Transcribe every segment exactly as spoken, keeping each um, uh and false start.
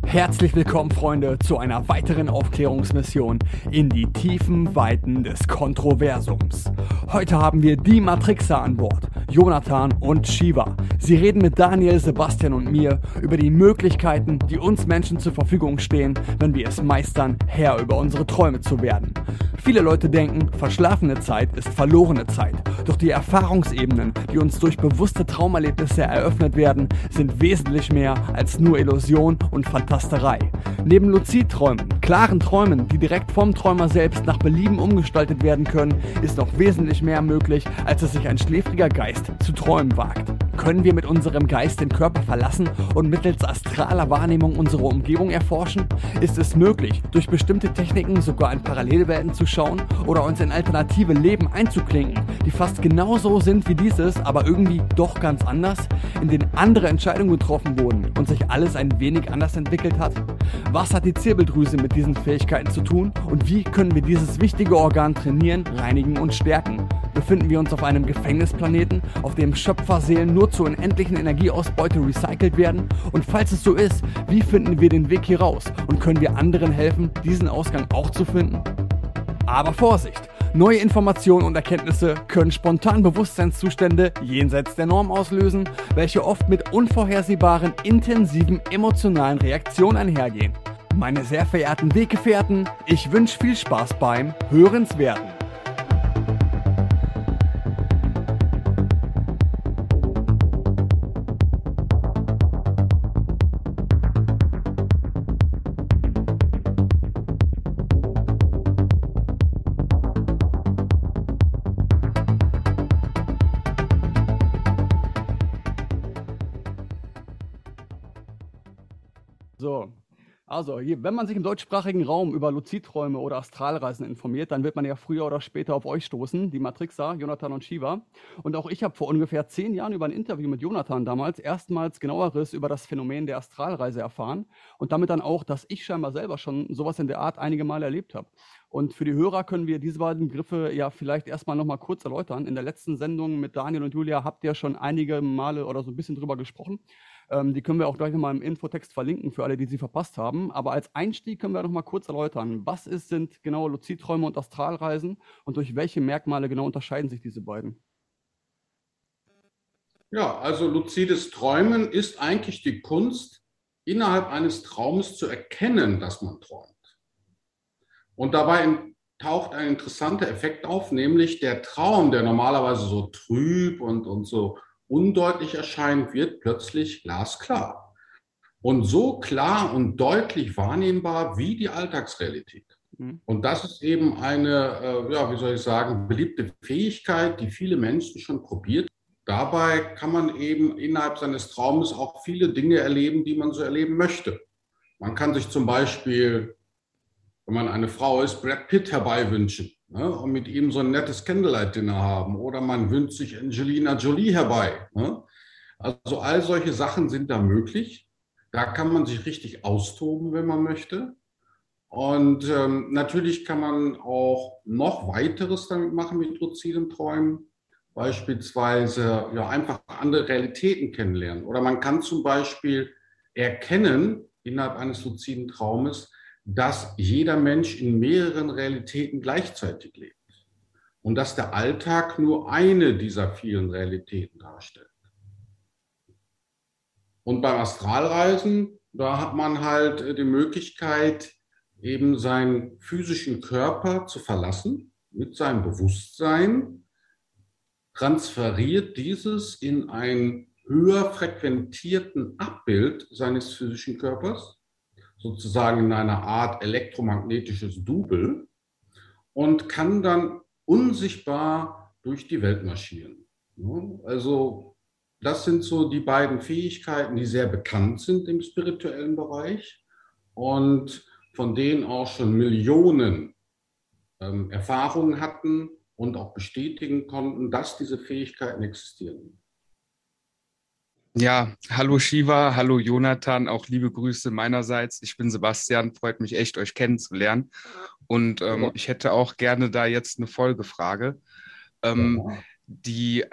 Herzlich willkommen, Freunde, zu einer weiteren Aufklärungsmission in die tiefen Weiten des Kontroversums. Heute haben wir die Matrixer an Bord, Jonathan und Shiva. Sie reden mit Daniel, Sebastian und mir über die Möglichkeiten, die uns Menschen zur Verfügung stehen, wenn wir es meistern, Herr über unsere Träume zu werden. Viele Leute denken, verschlafene Zeit ist verlorene Zeit. Doch die Erfahrungsebenen, die uns durch bewusste Traumerlebnisse eröffnet werden, sind wesentlich mehr als nur Illusion und Fantasterei. Neben Luzidträumen, klaren Träumen, die direkt vom Träumer selbst nach Belieben umgestaltet werden können, ist noch wesentlich mehr möglich, als es sich ein schläfriger Geist zu träumen wagt. Können wir mit unserem Geist den Körper verlassen und mittels astraler Wahrnehmung unsere Umgebung erforschen? Ist es möglich, durch bestimmte Techniken sogar in Parallelwelten zu schauen oder uns in alternative Leben einzuklinken, die fast genauso sind wie dieses, aber irgendwie doch ganz anders, in denen andere Entscheidungen getroffen wurden und sich alles ein wenig anders entwickelt hat? Was hat die Zirbeldrüse mit diesen Fähigkeiten zu tun und wie können wir dieses wichtige Organ trainieren, reinigen und stärken? Befinden wir uns auf einem Gefängnisplaneten, auf dem Schöpferseelen nur zur unendlichen Energieausbeute recycelt werden? Und falls es so ist, wie finden wir den Weg hier raus? Und können wir anderen helfen, diesen Ausgang auch zu finden? Aber Vorsicht! Neue Informationen und Erkenntnisse können spontan Bewusstseinszustände jenseits der Norm auslösen, welche oft mit unvorhersehbaren, intensiven, emotionalen Reaktionen einhergehen. Meine sehr verehrten Weggefährten, ich wünsche viel Spaß beim Hörenswerten. So, also hier, wenn man sich im deutschsprachigen Raum über Luzidträume oder Astralreisen informiert, dann wird man ja früher oder später auf euch stoßen, die Matrixer, Jonathan und Shiva. Und auch ich habe vor ungefähr zehn Jahren über ein Interview mit Jonathan damals erstmals genaueres über das Phänomen der Astralreise erfahren und damit dann auch, dass ich scheinbar selber schon sowas in der Art einige Male erlebt habe. Und für die Hörer können wir diese beiden Begriffe ja vielleicht erstmal nochmal kurz erläutern. In der letzten Sendung mit Daniel und Julia habt ihr schon einige Male oder so ein bisschen drüber gesprochen. Ähm, die können wir auch gleich nochmal im Infotext verlinken für alle, die sie verpasst haben. Aber als Einstieg können wir nochmal kurz erläutern, was ist, sind genau Luzidträume und Astralreisen und durch welche Merkmale genau unterscheiden sich diese beiden? Ja, also luzides Träumen ist eigentlich die Kunst, innerhalb eines Traumes zu erkennen, dass man träumt. Und dabei taucht ein interessanter Effekt auf, nämlich der Traum, der normalerweise so trüb und, und so undeutlich erscheint, wird plötzlich glasklar. Und so klar und deutlich wahrnehmbar wie die Alltagsrealität. Mhm. Und das ist eben eine, äh, ja, wie soll ich sagen, beliebte Fähigkeit, die viele Menschen schon probiert. Dabei kann man eben innerhalb seines Traumes auch viele Dinge erleben, die man so erleben möchte. Man kann sich zum Beispiel, wenn man eine Frau ist, Brad Pitt herbeiwünschen, ne, und mit ihm so ein nettes Candlelight-Dinner haben. Oder man wünscht sich Angelina Jolie herbei. Ne? Also all solche Sachen sind da möglich. Da kann man sich richtig austoben, wenn man möchte. Und ähm, natürlich kann man auch noch weiteres damit machen mit luziden Träumen. Beispielsweise ja, einfach andere Realitäten kennenlernen. Oder man kann zum Beispiel erkennen innerhalb eines luziden Traumes, dass jeder Mensch in mehreren Realitäten gleichzeitig lebt und dass der Alltag nur eine dieser vielen Realitäten darstellt. Und beim Astralreisen, da hat man halt die Möglichkeit, eben seinen physischen Körper zu verlassen mit seinem Bewusstsein, transferiert dieses in ein höher frequentierten Abbild seines physischen Körpers, sozusagen in einer Art elektromagnetisches Double, und kann dann unsichtbar durch die Welt marschieren. Also das sind so die beiden Fähigkeiten, die sehr bekannt sind im spirituellen Bereich und von denen auch schon Millionen ähm, Erfahrungen hatten und auch bestätigen konnten, dass diese Fähigkeiten existieren. Ja, hallo Shiva, hallo Jonathan, auch liebe Grüße meinerseits. Ich bin Sebastian, freut mich echt, euch kennenzulernen. Und ähm, ich hätte auch gerne da jetzt eine Folgefrage. Ähm, ja. Die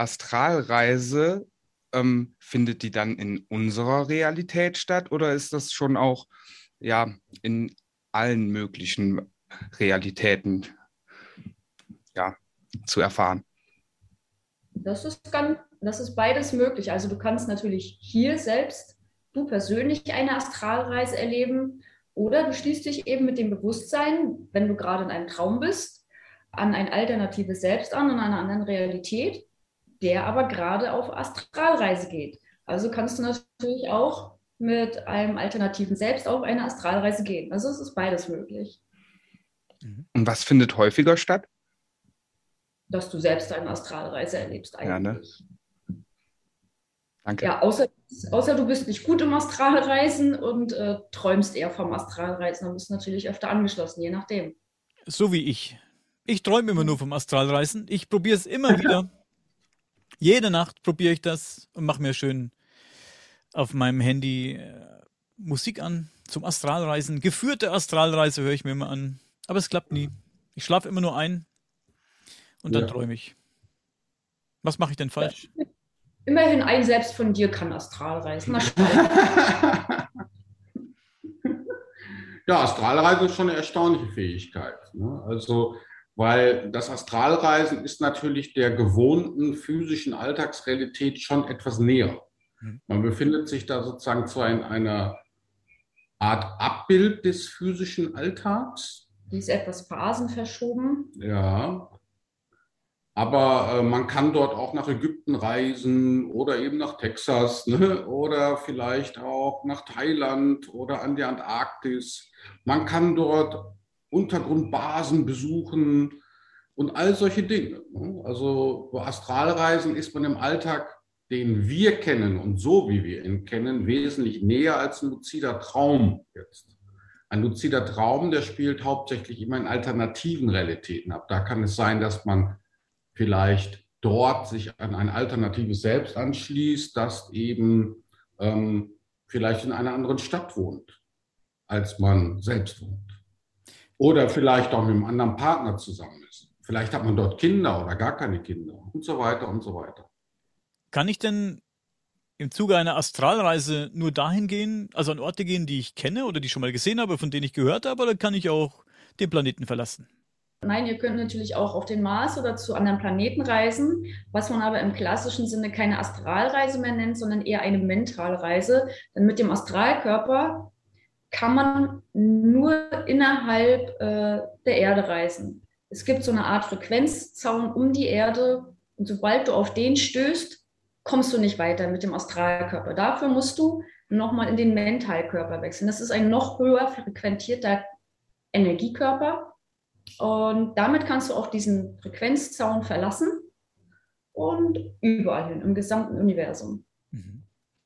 Astralreise, ähm, findet die dann in unserer Realität statt oder ist das schon auch ja, in allen möglichen Realitäten ja, zu erfahren. Das ist ganz, das ist beides möglich. Also du kannst natürlich hier selbst, du persönlich eine Astralreise erleben oder du schließt dich eben mit dem Bewusstsein, wenn du gerade in einem Traum bist, an ein alternatives Selbst an, an einer anderen Realität, der aber gerade auf Astralreise geht. Also kannst du natürlich auch mit einem alternativen Selbst auf eine Astralreise gehen. Also es ist beides möglich. Und was findet häufiger statt? Dass du selbst eine Astralreise erlebst eigentlich. Ja, ne? Danke. Ja, außer, außer du bist nicht gut im Astralreisen und äh, träumst eher vom Astralreisen, dann bist du natürlich öfter angeschlossen, je nachdem. So wie ich. Ich träume immer nur vom Astralreisen. Ich probiere es immer wieder. Jede Nacht probiere ich das und mache mir schön auf meinem Handy äh, Musik an zum Astralreisen. Geführte Astralreise höre ich mir immer an. Aber es klappt nie. Ich schlafe immer nur ein und dann Ja. träume ich. Was mache ich denn falsch? Ja. Immerhin ein Selbst von dir kann Astralreisen. Na, spannend. Ja, Astralreisen ist schon eine erstaunliche Fähigkeit. Ne? Also, weil das Astralreisen ist natürlich der gewohnten physischen Alltagsrealität schon etwas näher. Mhm. Man befindet sich da sozusagen zwar in einer Art Abbild des physischen Alltags, Die ist etwas phasenverschoben. ja, aber äh, man kann dort auch nach Ägypten reisen oder eben nach Texas, ne? Oder vielleicht auch nach Thailand oder an die Antarktis. Man kann dort Untergrundbasen besuchen und all solche Dinge. Ne? Also bei Astralreisen ist man im Alltag, den wir kennen und so wie wir ihn kennen, wesentlich näher als ein luzider Traum jetzt. Ein luzider Traum, der spielt hauptsächlich immer in alternativen Realitäten ab. Da kann es sein, dass man vielleicht dort sich an ein alternatives Selbst anschließt, das eben ähm, vielleicht in einer anderen Stadt wohnt, als man selbst wohnt. Oder vielleicht auch mit einem anderen Partner zusammen ist. Vielleicht hat man dort Kinder oder gar keine Kinder und so weiter und so weiter. Kann ich denn im Zuge einer Astralreise nur dahin gehen, also an Orte gehen, die ich kenne oder die ich schon mal gesehen habe, von denen ich gehört habe, oder kann ich auch den Planeten verlassen? Nein, ihr könnt natürlich auch auf den Mars oder zu anderen Planeten reisen, was man aber im klassischen Sinne keine Astralreise mehr nennt, sondern eher eine Mentalreise. Denn mit dem Astralkörper kann man nur innerhalb äh, der Erde reisen. Es gibt so eine Art Frequenzzaun um die Erde und sobald du auf den stößt, kommst du nicht weiter mit dem Astralkörper. Dafür musst du nochmal in den Mentalkörper wechseln. Das ist ein noch höher frequentierter Energiekörper. Und damit kannst du auch diesen Frequenzzaun verlassen und überall hin, im gesamten Universum. Mhm.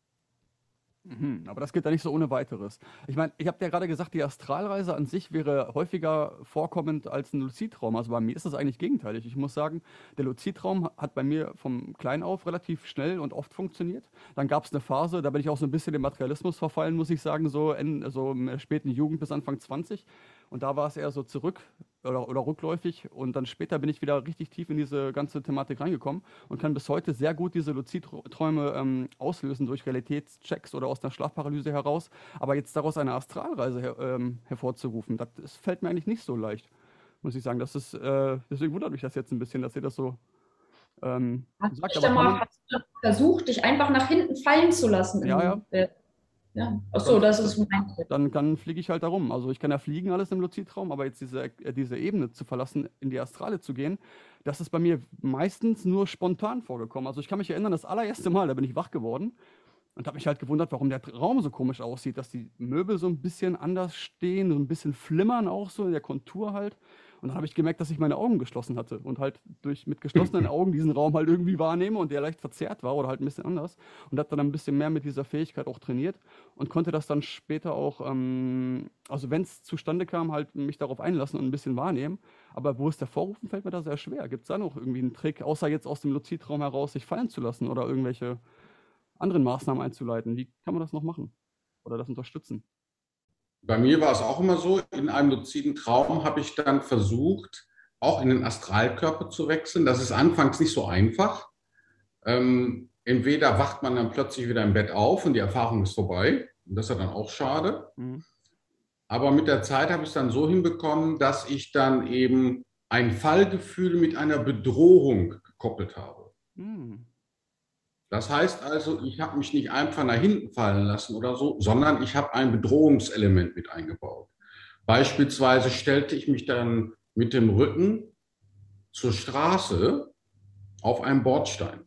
Mhm, aber das geht ja nicht so ohne weiteres. Ich meine, ich habe ja gerade gesagt, die Astralreise an sich wäre häufiger vorkommend als ein Luzidtraum. Also bei mir ist das eigentlich gegenteilig. Ich muss sagen, der Luzidtraum hat bei mir vom Klein auf relativ schnell und oft funktioniert. Dann gab es eine Phase, da bin ich auch so ein bisschen dem Materialismus verfallen, muss ich sagen, so in so in der späten Jugend bis Anfang zwanzig. Und da war es eher so zurück oder, oder rückläufig. Und dann später bin ich wieder richtig tief in diese ganze Thematik reingekommen und kann bis heute sehr gut diese Luzidträume ähm, auslösen durch Realitätschecks oder aus einer Schlafparalyse heraus. Aber jetzt daraus eine Astralreise her, ähm, hervorzurufen, das, das fällt mir eigentlich nicht so leicht, muss ich sagen. Das ist, äh, deswegen wundert mich das jetzt ein bisschen, dass ihr das so ähm, Hast sagt. du Aber schon kann mal man, hast du versucht, dich einfach nach hinten fallen zu lassen? Ja, ja. Äh, ja. Achso, das ist mein Tipp. dann, dann fliege ich halt da rum. Also ich kann ja fliegen alles im Luzidtraum, aber jetzt diese, äh, diese Ebene zu verlassen, in die Astrale zu gehen, das ist bei mir meistens nur spontan vorgekommen. Also ich kann mich erinnern, das allererste Mal, da bin ich wach geworden und habe mich halt gewundert, warum der Raum so komisch aussieht, dass die Möbel so ein bisschen anders stehen, so ein bisschen flimmern auch so in der Kontur halt. Und dann habe ich gemerkt, dass ich meine Augen geschlossen hatte und halt durch mit geschlossenen Augen diesen Raum halt irgendwie wahrnehme und der leicht verzerrt war oder halt ein bisschen anders. Und habe dann ein bisschen mehr mit dieser Fähigkeit auch trainiert und konnte das dann später auch, ähm, also wenn es zustande kam, halt mich darauf einlassen und ein bisschen wahrnehmen. Aber wo es hervorrufen, fällt mir da sehr schwer. Gibt es da noch irgendwie einen Trick, außer jetzt aus dem Luzidraum heraus sich fallen zu lassen oder irgendwelche anderen Maßnahmen einzuleiten? Wie kann man das noch machen oder das unterstützen? Bei mir war es auch immer so, in einem luziden Traum habe ich dann versucht, auch in den Astralkörper zu wechseln. Das ist anfangs nicht so einfach. Ähm, entweder wacht man dann plötzlich wieder im Bett auf und die Erfahrung ist vorbei. Und das ist ja dann auch schade. Mhm. Aber mit der Zeit habe ich es dann so hinbekommen, dass ich dann eben ein Fallgefühl mit einer Bedrohung gekoppelt habe. Hm. Das heißt also, ich habe mich nicht einfach nach hinten fallen lassen oder so, sondern ich habe ein Bedrohungselement mit eingebaut. Beispielsweise stellte ich mich dann mit dem Rücken zur Straße auf einem Bordstein.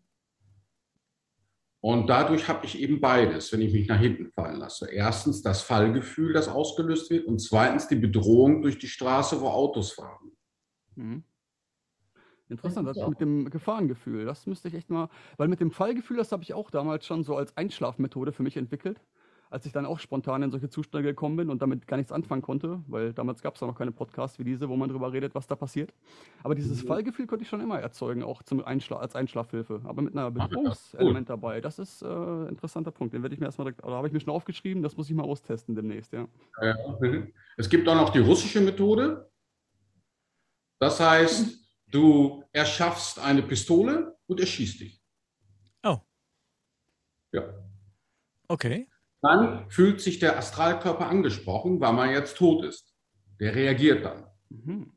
Und dadurch habe ich eben beides, wenn ich mich nach hinten fallen lasse. Erstens das Fallgefühl, das ausgelöst wird, und zweitens die Bedrohung durch die Straße, wo Autos fahren. Mhm. Interessant, das mit dem Gefahrengefühl, das müsste ich echt mal, weil mit dem Fallgefühl, das habe ich auch damals schon so als Einschlafmethode für mich entwickelt, als ich dann auch spontan in solche Zustände gekommen bin und damit gar nichts anfangen konnte, weil damals gab es noch keine Podcasts wie diese, wo man drüber redet, was da passiert. Aber dieses Mhm. Fallgefühl konnte ich schon immer erzeugen, auch zum Einschla als Einschlafhilfe, aber mit einer Ah, ja, Bedrohungselement dabei. Das ist äh, ein interessanter Punkt, den werde ich mir erstmal direkt, oder habe ich mir schon aufgeschrieben, das muss ich mal austesten demnächst, ja. Ja. Es gibt auch noch die russische Methode. Das heißt, du erschaffst eine Pistole und erschießt dich. Oh, Ja. okay. Dann fühlt sich der Astralkörper angesprochen, weil man jetzt tot ist. Der reagiert dann. Mhm.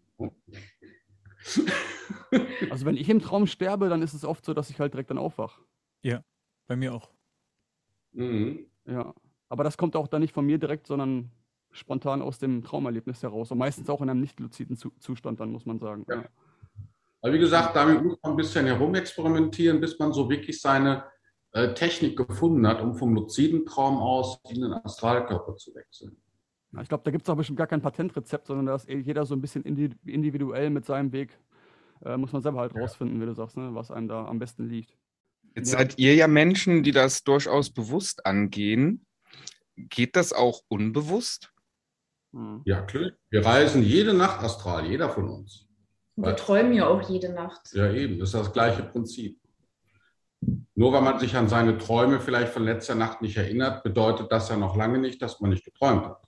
Also wenn ich im Traum sterbe, dann ist es oft so, dass ich halt direkt dann aufwache. Ja, bei mir auch. Mhm. Ja, aber das kommt auch dann nicht von mir direkt, sondern spontan aus dem Traumerlebnis heraus. Und meistens auch in einem nicht luziden Zu- Zustand, dann muss man sagen. Ja. Ja. Aber wie gesagt, damit muss man ein bisschen herumexperimentieren, bis man so wirklich seine äh, Technik gefunden hat, um vom luziden Traum aus in den Astralkörper zu wechseln. Ja, ich glaube, da gibt es auch bestimmt gar kein Patentrezept, sondern da ist eh jeder so ein bisschen indi- individuell mit seinem Weg. Äh, muss man selber halt rausfinden, wie du sagst, ne, was einem da am besten liegt. Jetzt Ja. seid ihr ja Menschen, die das durchaus bewusst angehen. Geht das auch unbewusst? Hm. Ja, klar. Wir reisen jede Nacht astral, jeder von uns. Wir träumen ja auch jede Nacht. Ja, eben, das ist das gleiche Prinzip. Nur weil man sich an seine Träume vielleicht von letzter Nacht nicht erinnert, bedeutet das ja noch lange nicht, dass man nicht geträumt hat.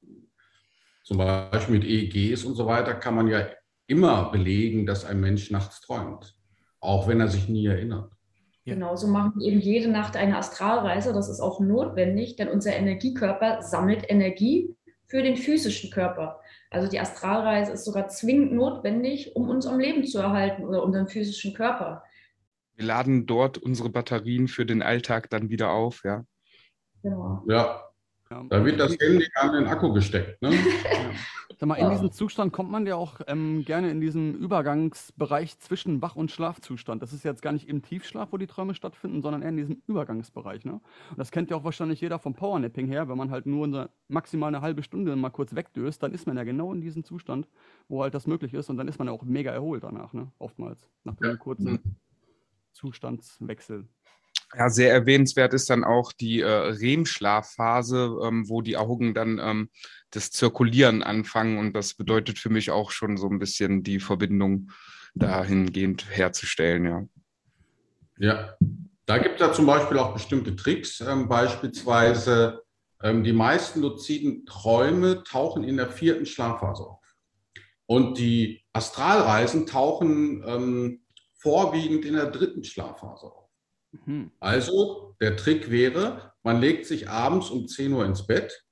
Zum Beispiel mit E E Gs und so weiter kann man ja immer belegen, dass ein Mensch nachts träumt, auch wenn er sich nie erinnert. Ja. Genauso machen wir eben jede Nacht eine Astralreise. Das ist auch notwendig, denn unser Energiekörper sammelt Energie für den physischen Körper. Also die Astralreise ist sogar zwingend notwendig, um uns am Leben zu erhalten oder unseren physischen Körper. Wir laden dort unsere Batterien für den Alltag dann wieder auf, ja. Genau. Ja, Ja. da wird das Handy an den Akku gesteckt. Ne? Ja. Sag mal, in Ja. diesem Zustand kommt man ja auch ähm, gerne in diesem Übergangsbereich zwischen Wach- und Schlafzustand. Das ist jetzt gar nicht im Tiefschlaf, wo die Träume stattfinden, sondern eher in diesem Übergangsbereich. Ne? Und das kennt ja auch wahrscheinlich jeder vom Powernapping her. Wenn man halt nur eine, maximal eine halbe Stunde mal kurz wegdöst, dann ist man ja genau in diesem Zustand, wo halt das möglich ist. Und dann ist man ja auch mega erholt danach, ne? Oftmals, nach dem Ja. kurzen Zustandswechsel. Ja, sehr erwähnenswert ist dann auch die äh, R E M-Schlafphase, ähm, wo die Augen dann ähm, das Zirkulieren anfangen. Und das bedeutet für mich auch schon so ein bisschen die Verbindung dahingehend herzustellen, ja. Ja, da gibt es ja zum Beispiel auch bestimmte Tricks. Ähm, beispielsweise ähm, die meisten luziden Träume tauchen in der vierten Schlafphase auf. Und die Astralreisen tauchen ähm, vorwiegend in der dritten Schlafphase auf. Mhm. Also der Trick wäre, man legt sich abends um zehn Uhr ins Bett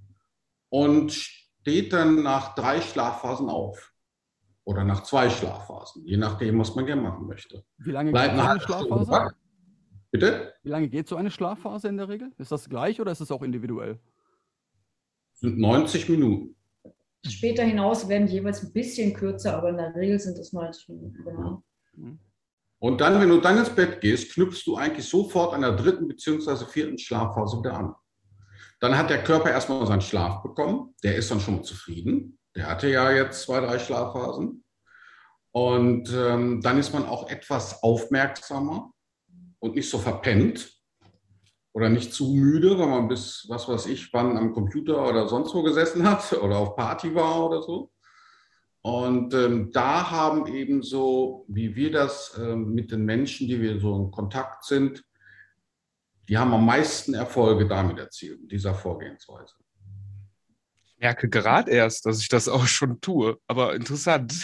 und steht dann nach drei Schlafphasen auf. Oder nach zwei Schlafphasen, je nachdem, was man gerne machen möchte. Wie lange Bleibt geht so eine eine halbe Stunde Schlafphase? wach. Bitte? Wie lange geht so eine Schlafphase in der Regel? Ist das gleich oder ist es auch individuell? Sind neunzig Minuten. Später hinaus werden die jeweils ein bisschen kürzer, aber in der Regel sind es neunzig Minuten. Genau. Mhm. Und dann, wenn du dann ins Bett gehst, knüpfst du eigentlich sofort an der dritten bzw. vierten Schlafphase wieder an. Dann hat der Körper erstmal seinen Schlaf bekommen. Der ist dann schon mal zufrieden. Der hatte ja jetzt zwei, drei Schlafphasen. Und ähm, dann ist man auch etwas aufmerksamer und nicht so verpennt oder nicht zu müde, weil man bis, was weiß ich, wann am Computer oder sonst wo gesessen hat oder auf Party war oder so. Und ähm, da haben eben so, wie wir das ähm, mit den Menschen, die wir so in Kontakt sind, die haben am meisten Erfolge damit erzielt, mit dieser Vorgehensweise. Ich merke gerade erst, dass ich das auch schon tue, aber interessant.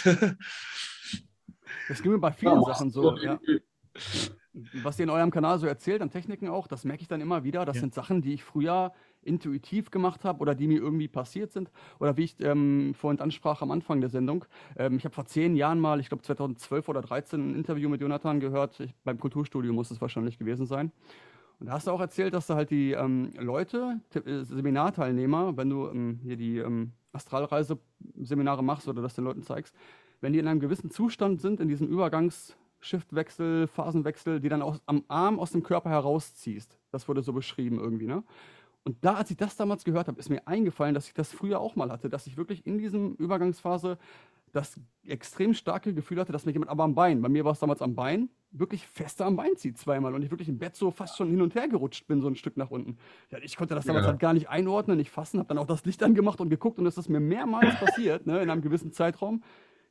Das ging mir bei vielen Ja, Sachen so. Ja. Was ihr in eurem Kanal so erzählt, an Techniken auch, das merke ich dann immer wieder. Das Ja. sind Sachen, die ich früher intuitiv gemacht habe oder die mir irgendwie passiert sind. Oder wie ich ähm, vorhin ansprach am Anfang der Sendung. Ähm, ich habe vor zehn Jahren mal, ich glaube zweitausendzwölf oder dreizehn, ein Interview mit Jonathan gehört. Ich, beim Kulturstudio muss es wahrscheinlich gewesen sein. Und da hast du auch erzählt, dass da halt die ähm, Leute, äh, Seminarteilnehmer, wenn du ähm, hier die ähm, Astralreise-Seminare machst oder das den Leuten zeigst, wenn die in einem gewissen Zustand sind, in diesem Übergangs- Shiftwechsel, Phasenwechsel, die dann aus, am Arm aus dem Körper herausziehst. Das wurde so beschrieben irgendwie, ne? Und da, als ich das damals gehört habe, ist mir eingefallen, dass ich das früher auch mal hatte, dass ich wirklich in diesem Übergangsphase das extrem starke Gefühl hatte, dass mir jemand aber am Bein, bei mir war es damals am Bein, wirklich fester am Bein zieht zweimal und ich wirklich im Bett so fast schon hin und her gerutscht bin, so ein Stück nach unten. Ja, ich konnte das damals Ja. halt gar nicht einordnen, nicht fassen, habe dann auch das Licht angemacht und geguckt und es ist mir mehrmals passiert, ne, in einem gewissen Zeitraum.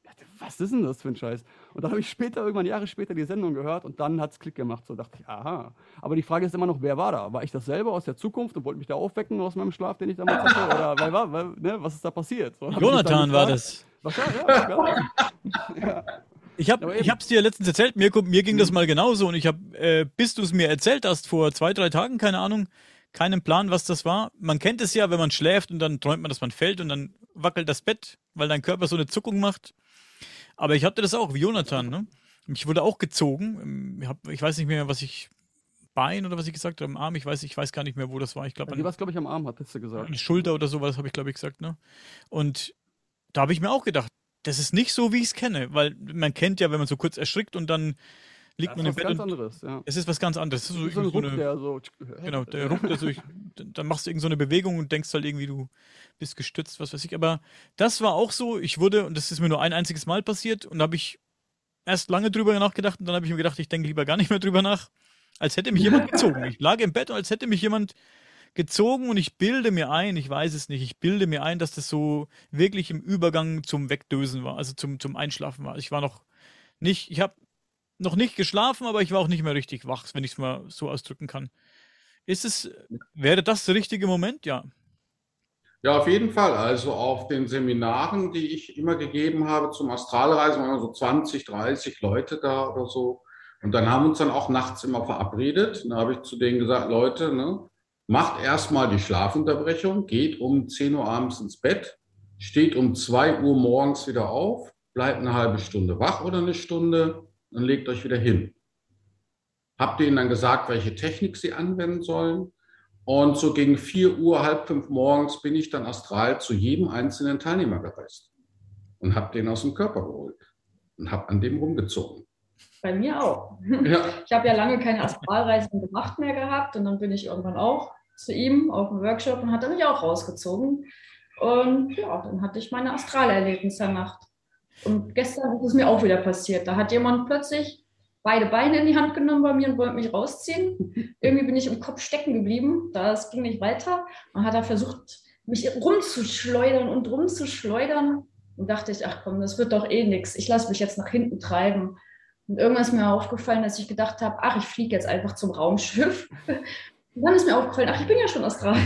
Was ist denn das für ein Scheiß? Und dann habe ich später, irgendwann Jahre später, die Sendung gehört und dann hat es Klick gemacht. So dachte ich, aha. Aber die Frage ist immer noch, wer war da? War ich das selber aus der Zukunft und wollte mich da aufwecken aus meinem Schlaf, den ich damals hatte? Oder wer war, wer, ne, was ist da passiert? So, hab ich mich dann Jonathan war gefragt. das. Wahrscheinlich, ja. ja. ja. Ich habe Aber eben. ich hab's dir letztens erzählt, mir, mir ging das mal genauso und ich habe, äh, bis du es mir erzählt hast, vor zwei, drei Tagen, keine Ahnung, keinen Plan, was das war. Man kennt es ja, wenn man schläft und dann träumt man, dass man fällt und dann wackelt das Bett, weil dein Körper so eine Zuckung macht. Aber ich hatte das auch, wie Jonathan, ne? Ich wurde auch gezogen. Ich, hab, ich weiß nicht mehr, was ich, Bein oder was ich gesagt habe, am Arm, ich weiß, ich weiß gar nicht mehr, wo das war. Ich glaube, Die war es, glaube ich, am Arm, hattest du an gesagt. die Schulter oder sowas habe ich, glaube ich, gesagt, ne? Und da habe ich mir auch gedacht, das ist nicht so, wie ich es kenne, weil man kennt ja, wenn man so kurz erschrickt und dann liegt Das man ist im was Bett ganz und anderes, ja. es ist was ganz anderes. Es ist so, So ein irgendwie Ruck, so eine, der so... genau, der Ruck, der so, ich, dann machst du irgend so eine Bewegung und denkst halt irgendwie, du bist gestützt, was weiß ich. Aber das war auch so, ich wurde, und das ist mir nur ein einziges Mal passiert, und da habe ich erst lange drüber nachgedacht und dann habe ich mir gedacht, ich denke lieber gar nicht mehr drüber nach, als hätte mich jemand gezogen. Ich lag im Bett und als hätte mich jemand gezogen und ich bilde mir ein, ich weiß es nicht, ich bilde mir ein, dass das so wirklich im Übergang zum Wegdösen war, also zum, zum Einschlafen war. Ich war noch nicht, ich habe noch nicht geschlafen, aber ich war auch nicht mehr richtig wach, wenn ich es mal so ausdrücken kann. Ist es, wäre das der richtige Moment? Ja. Ja, auf jeden Fall. Also auf den Seminaren, die ich immer gegeben habe zum Astralreisen, waren so zwanzig, dreißig Leute da oder so. Und dann haben wir uns dann auch nachts immer verabredet. Und da habe ich zu denen gesagt, Leute, ne, macht erstmal die Schlafunterbrechung, geht um zehn Uhr abends ins Bett, steht um zwei Uhr morgens wieder auf, bleibt eine halbe Stunde wach oder eine Stunde und legt euch wieder hin. Habt ihr ihnen dann gesagt, welche Technik sie anwenden sollen? Und so gegen vier Uhr, halb fünf morgens bin ich dann astral zu jedem einzelnen Teilnehmer gereist und habe den aus dem Körper geholt und habe an dem rumgezogen. Bei mir auch. Ja. Ich habe ja lange keine Astralreisen gemacht mehr gehabt und dann bin ich irgendwann auch zu ihm auf dem Workshop und hat er mich auch rausgezogen. Und ja, dann hatte ich meine Astralerlebnisnacht. Und gestern ist es mir auch wieder passiert. Da hat jemand plötzlich beide Beine in die Hand genommen bei mir und wollte mich rausziehen. Irgendwie bin ich im Kopf stecken geblieben. Das ging nicht weiter. Dann hat er versucht, mich rumzuschleudern und rumzuschleudern. Und dachte ich, ach komm, das wird doch eh nichts. Ich lasse mich jetzt nach hinten treiben. Und irgendwann ist mir aufgefallen, dass ich gedacht habe, ach, ich fliege jetzt einfach zum Raumschiff. Und dann ist mir aufgefallen, ach, ich bin ja schon astral.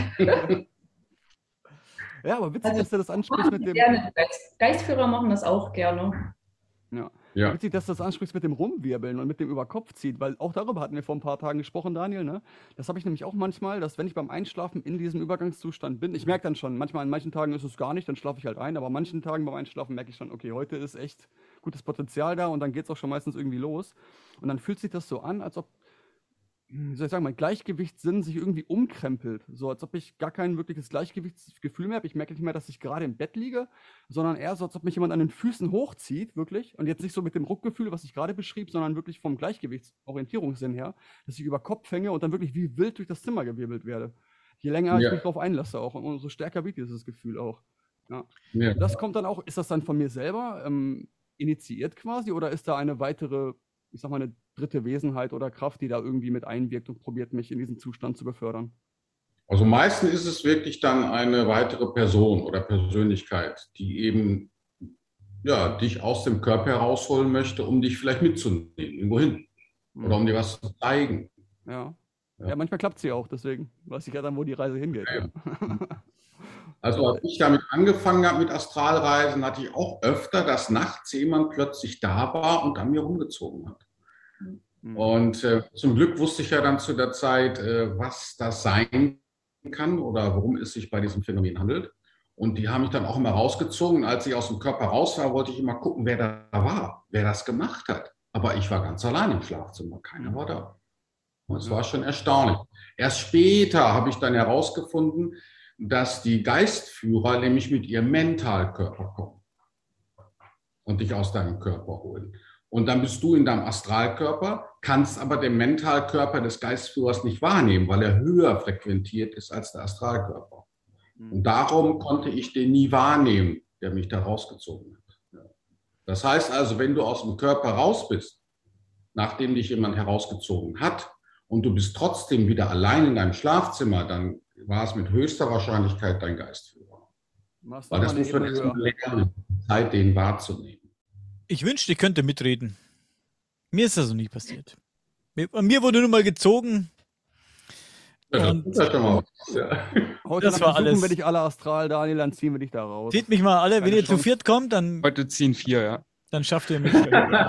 Ja, aber witzig, Also, dass du das ansprichst mit dem... Gerne. Geist, Geistführer machen das auch gerne. Ja. Ja. Witzig, dass du das ansprichst mit dem Rumwirbeln und mit dem Überkopfziehen, weil auch darüber hatten wir vor ein paar Tagen gesprochen, Daniel, ne? Das habe ich nämlich auch manchmal, dass wenn ich beim Einschlafen in diesem Übergangszustand bin, ich merke dann schon, manchmal an manchen Tagen ist es gar nicht, dann schlafe ich halt ein, aber an manchen Tagen beim Einschlafen merke ich schon, okay, heute ist echt gutes Potenzial da und dann geht es auch schon meistens irgendwie los. Und dann fühlt sich das so an, als ob, wie soll ich sagen, mein Gleichgewichtssinn sich irgendwie umkrempelt. So, als ob ich gar kein wirkliches Gleichgewichtsgefühl mehr habe. Ich merke nicht mehr, dass ich gerade im Bett liege, sondern eher so, als ob mich jemand an den Füßen hochzieht, wirklich. Und jetzt nicht so mit dem Ruckgefühl, was ich gerade beschrieb, sondern wirklich vom Gleichgewichtsorientierungssinn her, dass ich über Kopf hänge und dann wirklich wie wild durch das Zimmer gewirbelt werde. Je länger Ja. ich mich drauf einlasse auch, umso stärker wird dieses Gefühl auch. Ja. Ja. Das kommt dann auch, ist das dann von mir selber ähm, initiiert quasi oder ist da eine weitere, ich sag mal, eine dritte Wesenheit oder Kraft, die da irgendwie mit einwirkt und probiert, mich in diesen Zustand zu befördern? Also meistens ist es wirklich dann eine weitere Person oder Persönlichkeit, die eben ja, dich aus dem Körper herausholen möchte, um dich vielleicht mitzunehmen, irgendwo hin. Oder um dir was zu zeigen. Ja. Ja. Ja, manchmal klappt es ja auch, deswegen weiß ich ja dann, wo die Reise hingeht. Ja. Ja. Also als ich damit angefangen habe mit Astralreisen, hatte ich auch öfter, dass nachts jemand plötzlich da war und an mir rumgezogen hat. Mhm. Und äh, zum Glück wusste ich ja dann zu der Zeit, äh, was das sein kann oder worum es sich bei diesem Phänomen handelt. Und die haben mich dann auch immer rausgezogen. Als ich aus dem Körper raus war, wollte ich immer gucken, wer da war, wer das gemacht hat. Aber ich war ganz allein im Schlafzimmer, keiner war da. Und es war schon erstaunlich. Erst später habe ich dann herausgefunden, dass die Geistführer nämlich mit ihrem Mentalkörper kommen und dich aus deinem Körper holen. Und dann bist du in deinem Astralkörper, kannst aber den Mentalkörper des Geistführers nicht wahrnehmen, weil er höher frequentiert ist als der Astralkörper. Und darum konnte ich den nie wahrnehmen, der mich da rausgezogen hat. Das heißt also, wenn du aus dem Körper raus bist, nachdem dich jemand herausgezogen hat, und du bist trotzdem wieder allein in deinem Schlafzimmer, dann war es mit höchster Wahrscheinlichkeit dein Geistführer. Weil das muss man erst mal lernen, Zeit, den wahrzunehmen. Ich wünschte, ich könnte mitreden. Mir ist das noch nie passiert. Mir, mir wurde nur mal gezogen. Ja, das ist ja schon mal was. Ja. Heute Das war alles. wir dich alle astral, Daniel, dann ziehen wir dich da raus. Seht mich mal alle, wenn Keine ihr zu Chance. viert kommt, dann, Heute ziehen vier, ja. dann schafft ihr mich.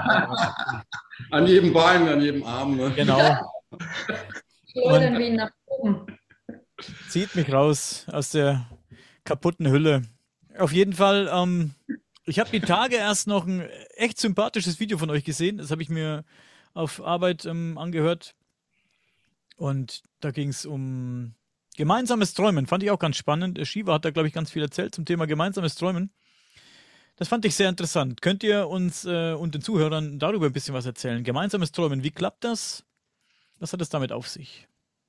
An jedem Bein, an jedem Arm. Ne? Genau. Schleudern wir ihn nach oben. Zieht mich raus aus der kaputten Hülle. Auf jeden Fall, ähm, ich habe die Tage erst noch ein echt sympathisches Video von euch gesehen. Das habe ich mir auf Arbeit ähm, angehört. Und da ging es um gemeinsames Träumen. Fand ich auch ganz spannend. Shiva hat da, glaube ich, ganz viel erzählt zum Thema gemeinsames Träumen. Das fand ich sehr interessant. Könnt ihr uns äh, und den Zuhörern darüber ein bisschen was erzählen? Gemeinsames Träumen, wie klappt das? Was hat es damit auf sich?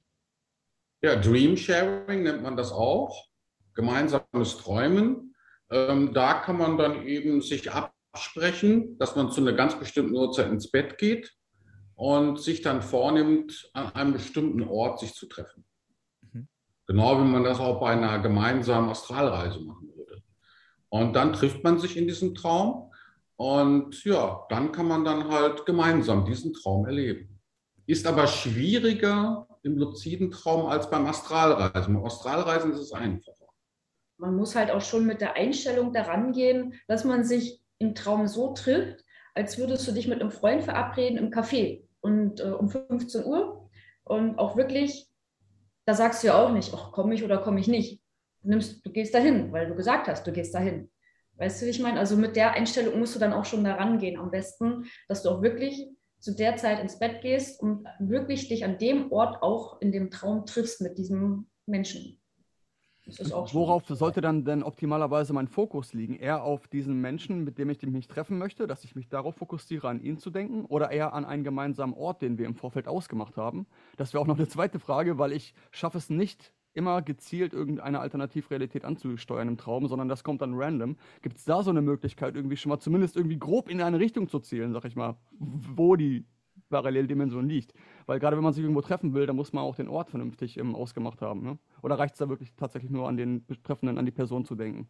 Ja, Dream Sharing nennt man das auch. Gemeinsames Träumen. Ähm, da kann man dann eben sich absprechen, dass man zu einer ganz bestimmten Uhrzeit ins Bett geht und sich dann vornimmt, an einem bestimmten Ort sich zu treffen. Mhm. Genau wie man das auch bei einer gemeinsamen Astralreise machen würde. Und dann trifft man sich in diesem Traum und ja, dann kann man dann halt gemeinsam diesen Traum erleben. Ist aber schwieriger im luziden Traum als beim Astralreisen. Beim Astralreisen ist es einfacher. Man muss halt auch schon mit der Einstellung daran gehen, dass man sich im Traum so trifft, als würdest du dich mit einem Freund verabreden im Café und äh, um fünfzehn Uhr und auch wirklich, da sagst du ja auch nicht, ach, komme ich oder komme ich nicht. Du, nimmst, du gehst dahin, weil du gesagt hast, du gehst dahin. Weißt du, wie ich meine? Also mit der Einstellung musst du dann auch schon daran gehen. Am besten, dass du auch wirklich zu der Zeit ins Bett gehst und wirklich dich an dem Ort auch in dem Traum triffst mit diesem Menschen. Das ist auch Worauf sollte dann denn optimalerweise mein Fokus liegen? Eher auf diesen Menschen, mit dem ich mich treffen möchte, dass ich mich darauf fokussiere, an ihn zu denken, oder eher an einen gemeinsamen Ort, den wir im Vorfeld ausgemacht haben? Das wäre auch noch eine zweite Frage, weil ich schaffe es nicht, immer gezielt irgendeine Alternativrealität anzusteuern im Traum, sondern das kommt dann random. Gibt es da so eine Möglichkeit, irgendwie schon mal zumindest irgendwie grob in eine Richtung zu zielen, sag ich mal, wo die Paralleldimension liegt? Weil gerade wenn man sich irgendwo treffen will, dann muss man auch den Ort vernünftig ähm, ausgemacht haben. Ne? Oder reicht es da wirklich tatsächlich nur an den Betreffenden, an die Person zu denken?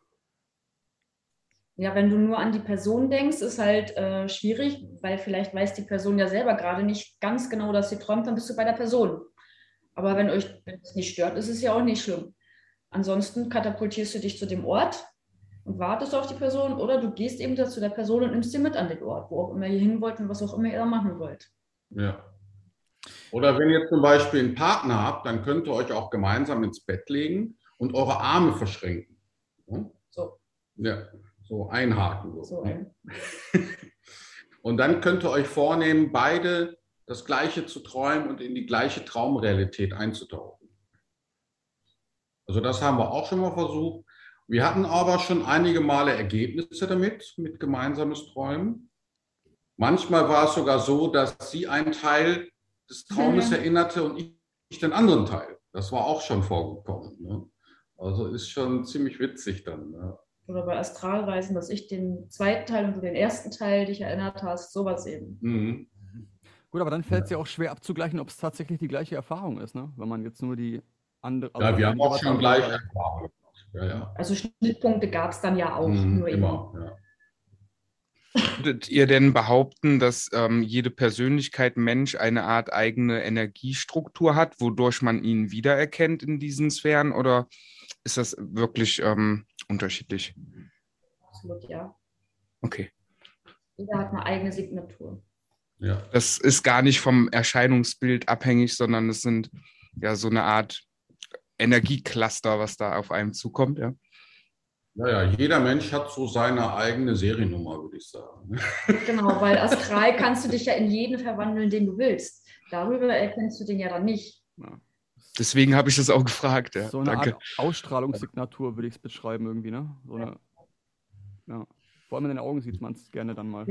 Ja, wenn du nur an die Person denkst, ist halt äh, schwierig, weil vielleicht weiß die Person ja selber gerade nicht ganz genau, dass sie träumt, dann bist du bei der Person. Aber wenn euch wenn es nicht stört, ist es ja auch nicht schlimm. Ansonsten katapultierst du dich zu dem Ort und wartest auf die Person oder du gehst eben zu der Person und nimmst sie mit an den Ort, wo auch immer ihr hin wollt und was auch immer ihr da machen wollt. Ja. Oder wenn ihr zum Beispiel einen Partner habt, dann könnt ihr euch auch gemeinsam ins Bett legen und eure Arme verschränken. Ja? So. Ja, so einhaken. So. So ein. Und dann könnt ihr euch vornehmen, beide das Gleiche zu träumen und in die gleiche Traumrealität einzutauchen. Also das haben wir auch schon mal versucht. Wir hatten aber schon einige Male Ergebnisse damit, mit gemeinsames Träumen. Manchmal war es sogar so, dass sie einen Teil des Traumes mhm. erinnerte und ich den anderen Teil. Das war auch schon vorgekommen. Ne? Also ist schon ziemlich witzig dann. Ne? Oder bei Astralreisen, dass ich den zweiten Teil und du den ersten Teil dich erinnert hast, sowas eben. Mhm. Gut, aber dann fällt es ja auch schwer abzugleichen, ob es tatsächlich die gleiche Erfahrung ist, ne? Wenn man jetzt nur die andere... Ja, wir haben auch schon gleiche Erfahrungen. Ja, ja. Also Schnittpunkte gab es dann ja auch. Mhm, nur immer, ja. Würdet ihr denn behaupten, dass ähm, jede Persönlichkeit Mensch eine Art eigene Energiestruktur hat, wodurch man ihn wiedererkennt in diesen Sphären? Oder ist das wirklich ähm, unterschiedlich? Absolut, ja. Okay. Jeder hat eine eigene Signatur. Ja. Das ist gar nicht vom Erscheinungsbild abhängig, sondern es sind ja so eine Art Energiecluster, was da auf einem zukommt, ja. Naja, jeder Mensch hat so seine eigene Seriennummer, würde ich sagen. Genau, weil astral kannst du dich ja in jeden verwandeln, den du willst. Darüber erkennst du den ja dann nicht. Ja. Deswegen habe ich das auch gefragt, ja. So eine Danke. Art Ausstrahlungssignatur würde ich es beschreiben irgendwie, ne? So eine, ja. Vor allem in den Augen sieht man es gerne dann mal.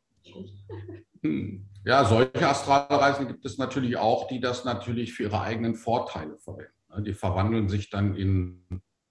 Hm. Ja, solche Astralreisen gibt es natürlich auch, die das natürlich für ihre eigenen Vorteile verwenden. Die verwandeln sich dann in,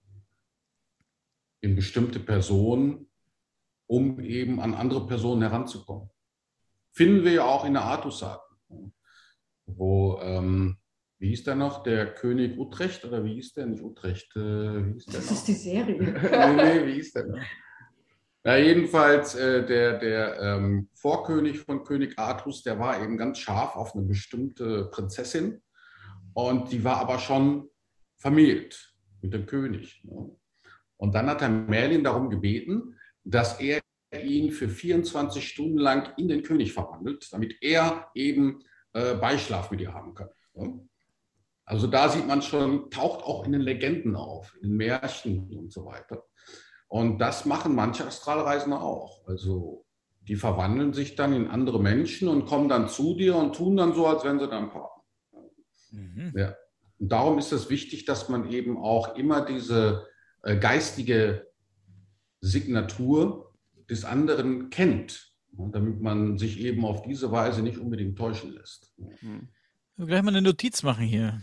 in bestimmte Personen, um eben an andere Personen heranzukommen. Finden wir ja auch in der Artussagen, wo, ähm, wie hieß der noch, der König Utrecht, oder wie hieß der, nicht Utrecht, äh, wie hieß der Das noch? ist die Serie. nee, nee, wie hieß der noch? Ja, jedenfalls äh, der, der ähm, Vorkönig von König Artus, der war eben ganz scharf auf eine bestimmte Prinzessin und die war aber schon vermählt mit dem König. Ne? Und dann hat er Merlin darum gebeten, dass er ihn für vierundzwanzig Stunden lang in den König verwandelt, damit er eben äh, Beischlaf mit ihr haben kann. Ne? Also da sieht man schon, taucht auch in den Legenden auf, in den Märchen und so weiter. Und das machen manche Astralreisende auch. Also die verwandeln sich dann in andere Menschen und kommen dann zu dir und tun dann so, als wenn sie dein Partner. Mhm. Ja. Und darum ist es wichtig, dass man eben auch immer diese äh, geistige Signatur des anderen kennt, ja, damit man sich eben auf diese Weise nicht unbedingt täuschen lässt. Mhm. Gleich mal eine Notiz machen hier.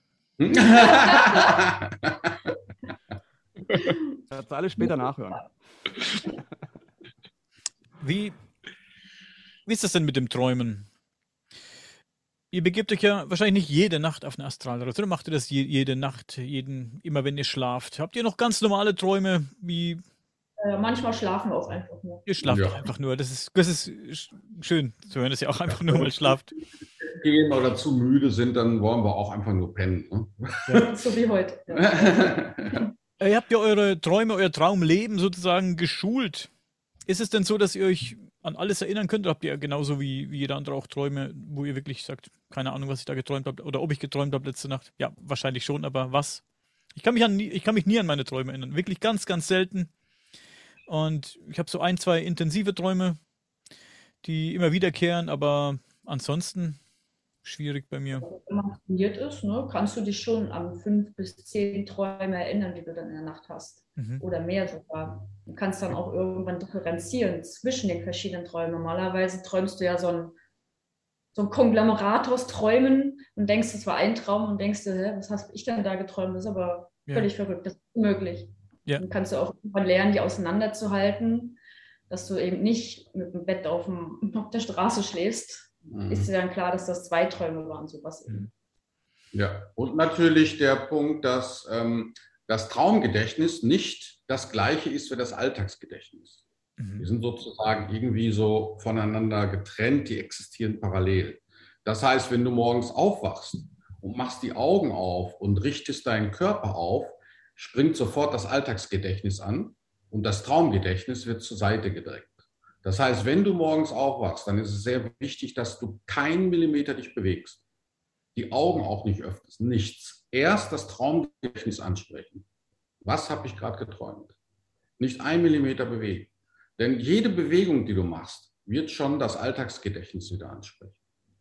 Das alles später nachhören. Wie, wie ist das denn mit dem Träumen? Ihr begebt euch ja wahrscheinlich nicht jede Nacht auf eine Astralreise, oder macht ihr das je, jede Nacht, jeden, immer wenn ihr schlaft? Habt ihr noch ganz normale Träume, wie... Äh, manchmal schlafen wir auch einfach nur. Ihr schlaft Ja. einfach nur, das ist, das ist schön zu hören, dass ihr auch einfach nur mal schlaft. Gehen oder zu müde sind, dann wollen wir auch einfach nur pennen. Ne? Ja. So wie heute. Ja. Ihr habt ja eure Träume, euer Traumleben sozusagen geschult. Ist es denn so, dass ihr euch an alles erinnern könnt? Oder habt ihr genauso wie, wie jeder andere auch Träume, wo ihr wirklich sagt, keine Ahnung, was ich da geträumt habe oder ob ich geträumt habe letzte Nacht? Ja, wahrscheinlich schon, aber was? Ich kann mich, an, ich kann mich nie an meine Träume erinnern. Wirklich ganz, ganz selten. Und ich habe so ein, zwei intensive Träume, die immer wiederkehren, aber ansonsten schwierig bei mir. Wenn man trainiert ist, ne, kannst du dich schon an fünf bis zehn Träume erinnern, die du dann in der Nacht hast. Mhm. Oder mehr sogar. Du kannst dann auch irgendwann differenzieren zwischen den verschiedenen Träumen. Normalerweise träumst du ja so ein, so ein Konglomerat aus Träumen und denkst, das war ein Traum und denkst dir, hä, was habe ich denn da geträumt? Das ist aber Ja. völlig verrückt. Das ist unmöglich. Ja. Dann kannst du auch irgendwann lernen, die auseinanderzuhalten, dass du eben nicht mit dem Bett auf, dem, auf der Straße schläfst. Mhm. Ist dir dann klar, dass das zwei Träume waren, sowas eben. Ja, und natürlich der Punkt, dass ähm, das Traumgedächtnis nicht das gleiche ist wie das Alltagsgedächtnis. Mhm. Die sind sozusagen irgendwie so voneinander getrennt, die existieren parallel. Das heißt, wenn du morgens aufwachst und machst die Augen auf und richtest deinen Körper auf, springt sofort das Alltagsgedächtnis an und das Traumgedächtnis wird zur Seite gedrängt. Das heißt, wenn du morgens aufwachst, dann ist es sehr wichtig, dass du keinen Millimeter dich bewegst. Die Augen auch nicht öffnest, nichts. Erst das Traumgedächtnis ansprechen. Was habe ich gerade geträumt? Nicht ein Millimeter bewegen. Denn jede Bewegung, die du machst, wird schon das Alltagsgedächtnis wieder ansprechen.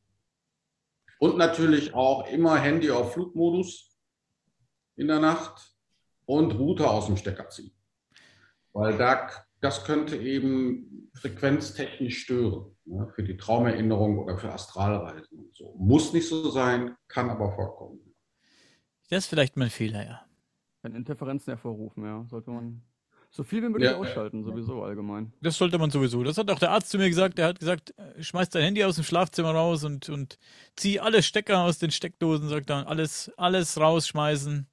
Und natürlich auch immer Handy auf Flugmodus in der Nacht und Router aus dem Stecker ziehen. Weil da, das könnte eben frequenztechnisch stören, ne, für die Traumerinnerung oder für Astralreisen und so. Muss nicht so sein, kann aber vorkommen. Das ist vielleicht mein Fehler, ja. Kann Interferenzen hervorrufen, ja. Sollte man so viel wie möglich Ja. ausschalten, sowieso allgemein. Das sollte man sowieso. Das hat auch der Arzt zu mir gesagt. Der hat gesagt, äh, schmeiß dein Handy aus dem Schlafzimmer raus und, und zieh alle Stecker aus den Steckdosen, sagt er. Alles, alles rausschmeißen.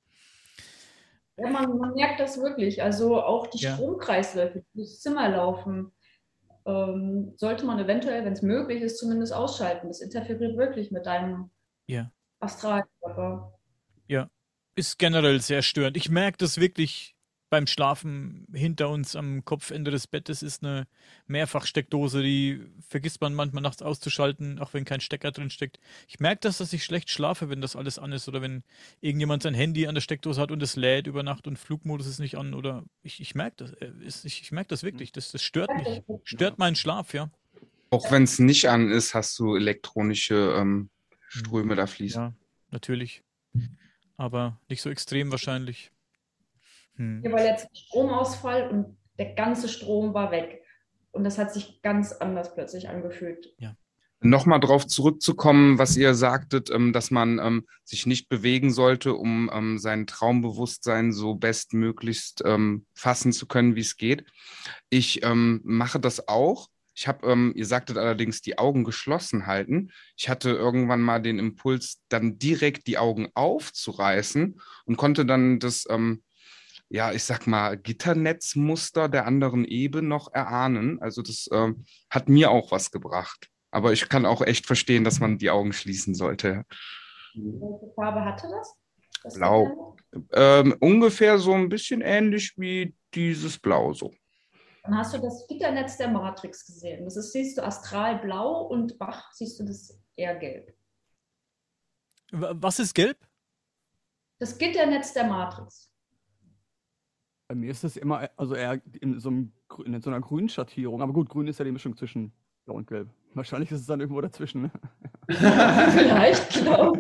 Ja, man, man merkt das wirklich. Also auch die Ja. Stromkreisläufe, die durchs Zimmer laufen, ähm, sollte man eventuell, wenn es möglich ist, zumindest ausschalten. Das interferiert wirklich mit deinem Ja. Astralkörper. Ja. Ist generell sehr störend. Ich merke das wirklich beim Schlafen hinter uns am Kopfende des Bettes ist eine Mehrfachsteckdose, die vergisst man manchmal nachts auszuschalten, auch wenn kein Stecker drin steckt. Ich merke das, dass ich schlecht schlafe, wenn das alles an ist oder wenn irgendjemand sein Handy an der Steckdose hat und es lädt über Nacht und Flugmodus ist nicht an oder ich, ich merke das, äh, ist- ich, ich merke das wirklich, das, das stört mich, stört meinen Schlaf, ja. Auch wenn es nicht an ist, hast du elektronische ähm, Ströme da fließen. Ja, natürlich. Aber nicht so extrem wahrscheinlich. Hm. Hier war jetzt Stromausfall und der ganze Strom war weg. Und das hat sich ganz anders plötzlich angefühlt. Nochmal drauf zurückzukommen, was ihr sagtet, ähm, dass man ähm, sich nicht bewegen sollte, um ähm, sein Traumbewusstsein so bestmöglichst ähm, fassen zu können, wie es geht. Ich ähm, mache das auch. Ich habe, ähm, ihr sagtet allerdings, die Augen geschlossen halten. Ich hatte irgendwann mal den Impuls, dann direkt die Augen aufzureißen und konnte dann das, ähm, ja, ich sag mal, Gitternetzmuster der anderen Ebene noch erahnen. Also das ähm, hat mir auch was gebracht. Aber ich kann auch echt verstehen, dass man die Augen schließen sollte. Welche Farbe hatte das? das Blau. Ähm, ungefähr so ein bisschen ähnlich wie dieses Blau so. Dann hast du das Gitternetz der Matrix gesehen. Das ist, siehst du astralblau und wach siehst du das eher gelb. Wa- Was ist gelb? Das Gitternetz der Matrix. Bei mir ist das immer, also eher in so, einem, grü- in so einer grünen Schattierung. Aber gut, grün ist ja die Mischung zwischen blau und gelb. Wahrscheinlich ist es dann irgendwo dazwischen. Ne? Vielleicht, genau.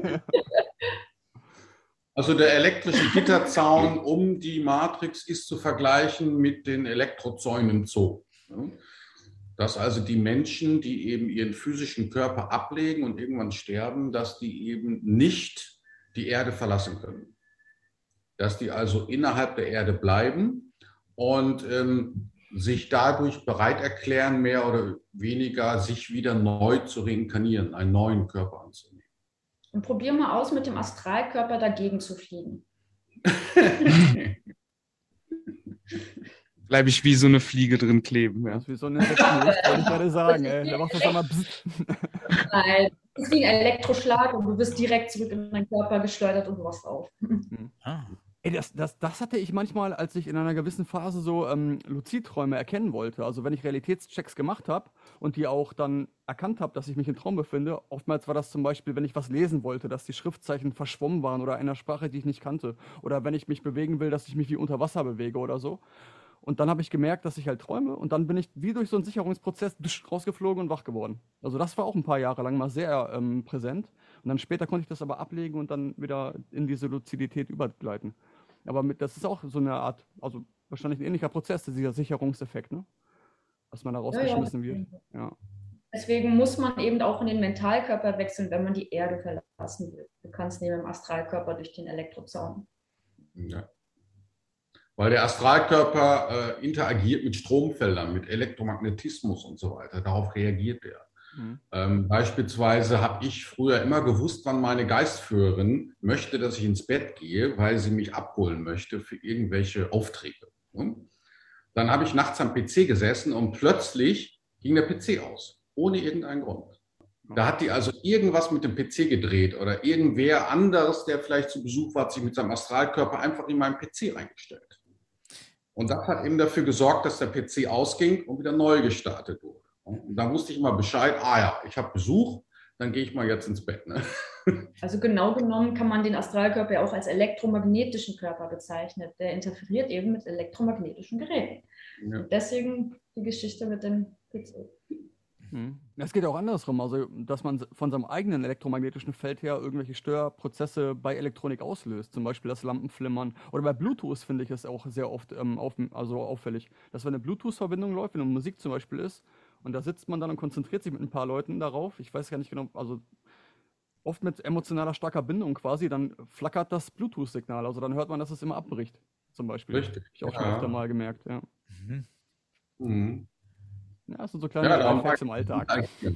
Also der elektrische Gitterzaun um die Matrix ist zu vergleichen mit den Elektrozäunen im Zoo. Ja. Dass also die Menschen, die eben ihren physischen Körper ablegen und irgendwann sterben, dass die eben nicht die Erde verlassen können. Dass die also innerhalb der Erde bleiben und ähm, sich dadurch bereit erklären, mehr oder weniger sich wieder neu zu reinkarnieren, einen neuen Körper anzunehmen. Und probier mal aus, mit dem Astralkörper dagegen zu fliegen. Bleibe ich wie so eine Fliege drin kleben. Ja. Das ist wie so eine Insektenluft, wollte ich gerade sagen. Ey. Da macht das einmal bzzt. Nein, das ist wie ein Elektroschlag und du wirst direkt zurück in deinen Körper geschleudert und du wachst auf. Ah. Ey, das, das, das hatte ich manchmal, als ich in einer gewissen Phase so ähm, Luzidträume erkennen wollte. Also wenn ich Realitätschecks gemacht habe und die auch dann erkannt habe, dass ich mich im Traum befinde. Oftmals war das zum Beispiel, wenn ich was lesen wollte, dass die Schriftzeichen verschwommen waren oder einer Sprache, die ich nicht kannte. Oder wenn ich mich bewegen will, dass ich mich wie unter Wasser bewege oder so. Und dann habe ich gemerkt, dass ich halt träume und dann bin ich wie durch so einen Sicherungsprozess rausgeflogen und wach geworden. Also das war auch ein paar Jahre lang mal sehr ähm, präsent. Und dann später konnte ich das aber ablegen und dann wieder in diese Luzidität übergleiten. Aber mit, das ist auch so eine Art, also wahrscheinlich ein ähnlicher Prozess, dieser Sicherungseffekt, ne? Dass man da rausgeschmissen ja, ja. wird. Ja. Deswegen muss man eben auch in den Mentalkörper wechseln, wenn man die Erde verlassen will. Du kannst neben dem Astralkörper durch den Elektrozaun. Ja. Weil der Astralkörper äh, interagiert mit Stromfeldern, mit Elektromagnetismus und so weiter. Darauf reagiert er. Mhm. Ähm, beispielsweise habe ich früher immer gewusst, wann meine Geistführerin möchte, dass ich ins Bett gehe, weil sie mich abholen möchte für irgendwelche Aufträge. Ne? Dann habe ich nachts am P C gesessen und plötzlich ging der P C aus, ohne irgendeinen Grund. Da hat die also irgendwas mit dem P C gedreht oder irgendwer anderes, der vielleicht zu Besuch war, hat sich mit seinem Astralkörper einfach in meinen P C reingestellt. Und das hat eben dafür gesorgt, dass der P C ausging und wieder neu gestartet wurde. Und da wusste ich immer Bescheid, ah ja, ich habe Besuch, dann gehe ich mal jetzt ins Bett. Ne? Also genau genommen kann man den Astralkörper ja auch als elektromagnetischen Körper bezeichnen. Der interferiert eben mit elektromagnetischen Geräten. Ja. Deswegen die Geschichte mit dem P C. Mhm. Es geht auch andersrum, also dass man von seinem eigenen elektromagnetischen Feld her irgendwelche Störprozesse bei Elektronik auslöst, zum Beispiel das Lampenflimmern. Oder bei Bluetooth finde ich es auch sehr oft ähm, auf, also auffällig, dass wenn eine Bluetooth-Verbindung läuft, wenn eine Musik zum Beispiel ist, und da sitzt man dann und konzentriert sich mit ein paar Leuten darauf, ich weiß gar nicht genau, also oft mit emotionaler starker Bindung quasi, dann flackert das Bluetooth-Signal, also dann hört man, dass es immer abbricht, zum Beispiel. Richtig. Hab ich auch Ja. schon öfter mal gemerkt, ja. Mhm. Mhm. Ja, das sind so kleine Ja, darum Lifehacks im Alltag. Ja.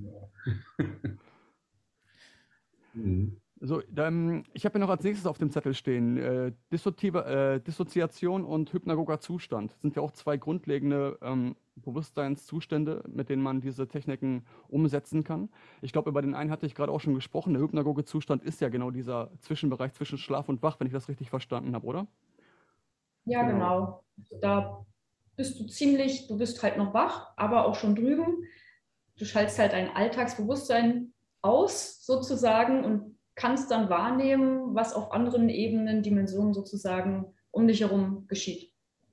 Mhm. So, dann, ich habe ja noch als nächstes auf dem Zettel stehen, äh, dissoziative, äh, Dissoziation und hypnagoger Zustand. Das sind ja auch zwei grundlegende ähm, Bewusstseinszustände, mit denen man diese Techniken umsetzen kann. Ich glaube, über den einen hatte ich gerade auch schon gesprochen. Der hypnagoge Zustand ist ja genau dieser Zwischenbereich zwischen Schlaf und Wach, wenn ich das richtig verstanden habe, oder? Ja, Genau. genau. Da bist du ziemlich, du bist halt noch wach, aber auch schon drüben. Du schaltest halt dein Alltagsbewusstsein aus sozusagen und kannst dann wahrnehmen, was auf anderen Ebenen, Dimensionen sozusagen um dich herum geschieht.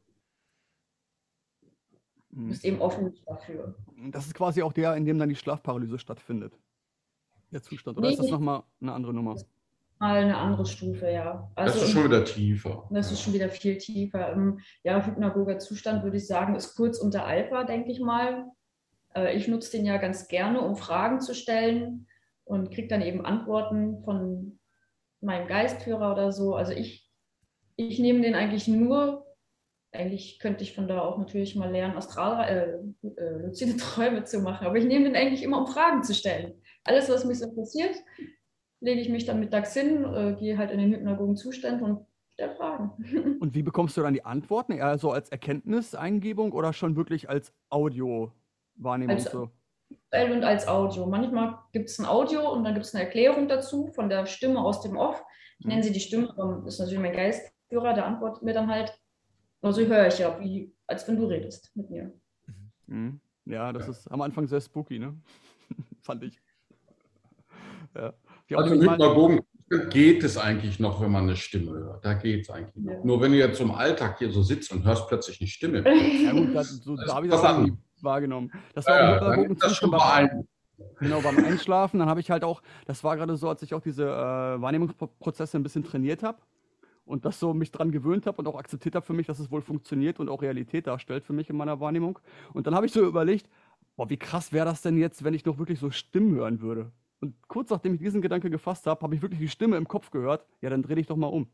Du Mhm. bist eben offen dafür. Das ist quasi auch der, in dem dann die Schlafparalyse stattfindet. Der Zustand. Oder Nee, ist das nicht nochmal eine andere Nummer? mal eine andere Stufe, ja. Das Also ist schon wieder tiefer. das ist schon wieder viel tiefer. Im ja, hypnagoger Zustand würde ich sagen, ist kurz unter Alpha, denke ich mal. Äh, Ich nutze den ja ganz gerne, um Fragen zu stellen und kriege dann eben Antworten von meinem Geistführer oder so. Also ich, ich nehme den eigentlich nur, eigentlich könnte ich von da auch natürlich mal lernen, Astral, äh, äh, luzide Träume zu machen, aber ich nehme den eigentlich immer, um Fragen zu stellen. Alles, was mich so interessiert, lege ich mich dann mittags hin, äh, gehe halt in den hypnagogen Zustand und stelle Fragen. Und wie bekommst du dann die Antworten? Eher so als Erkenntniseingebung oder schon wirklich als Audio-Wahrnehmung? Als So? visuell und als Audio. Manchmal gibt es ein Audio und dann gibt es eine Erklärung dazu von der Stimme aus dem Off. Ich nenne sie die Stimme, das ist natürlich mein Geistführer, der antwortet mir dann halt. Also höre ich ja, wie, als wenn du redest mit mir. Mhm. Ja, das ist am Anfang sehr spooky, ne? Fand ich. Ja. Die Also Audio- im Hypnagogen geht es eigentlich noch, wenn man eine Stimme hört. Da geht es eigentlich noch. Ja. Nur wenn du jetzt zum Alltag hier so sitzt und hörst plötzlich eine Stimme. Ja gut, das, so, Das da habe ich ist das was irgendwie anderes. wahrgenommen. Das war Ja, im dann Hypnagogen ist das schon Zustand beim, beeindruckend. genau, beim Einschlafen. Dann habe ich halt auch, das war gerade so, als ich auch diese äh, Wahrnehmungsprozesse ein bisschen trainiert habe und das so mich dran gewöhnt habe und auch akzeptiert habe für mich, dass es wohl funktioniert und auch Realität darstellt für mich in meiner Wahrnehmung. Und dann habe ich so überlegt, boah, wie krass wäre das denn jetzt, wenn ich noch wirklich so Stimmen hören würde? Und kurz nachdem ich diesen Gedanke gefasst habe, habe ich wirklich die Stimme im Kopf gehört. Ja, dann dreh dich doch mal um.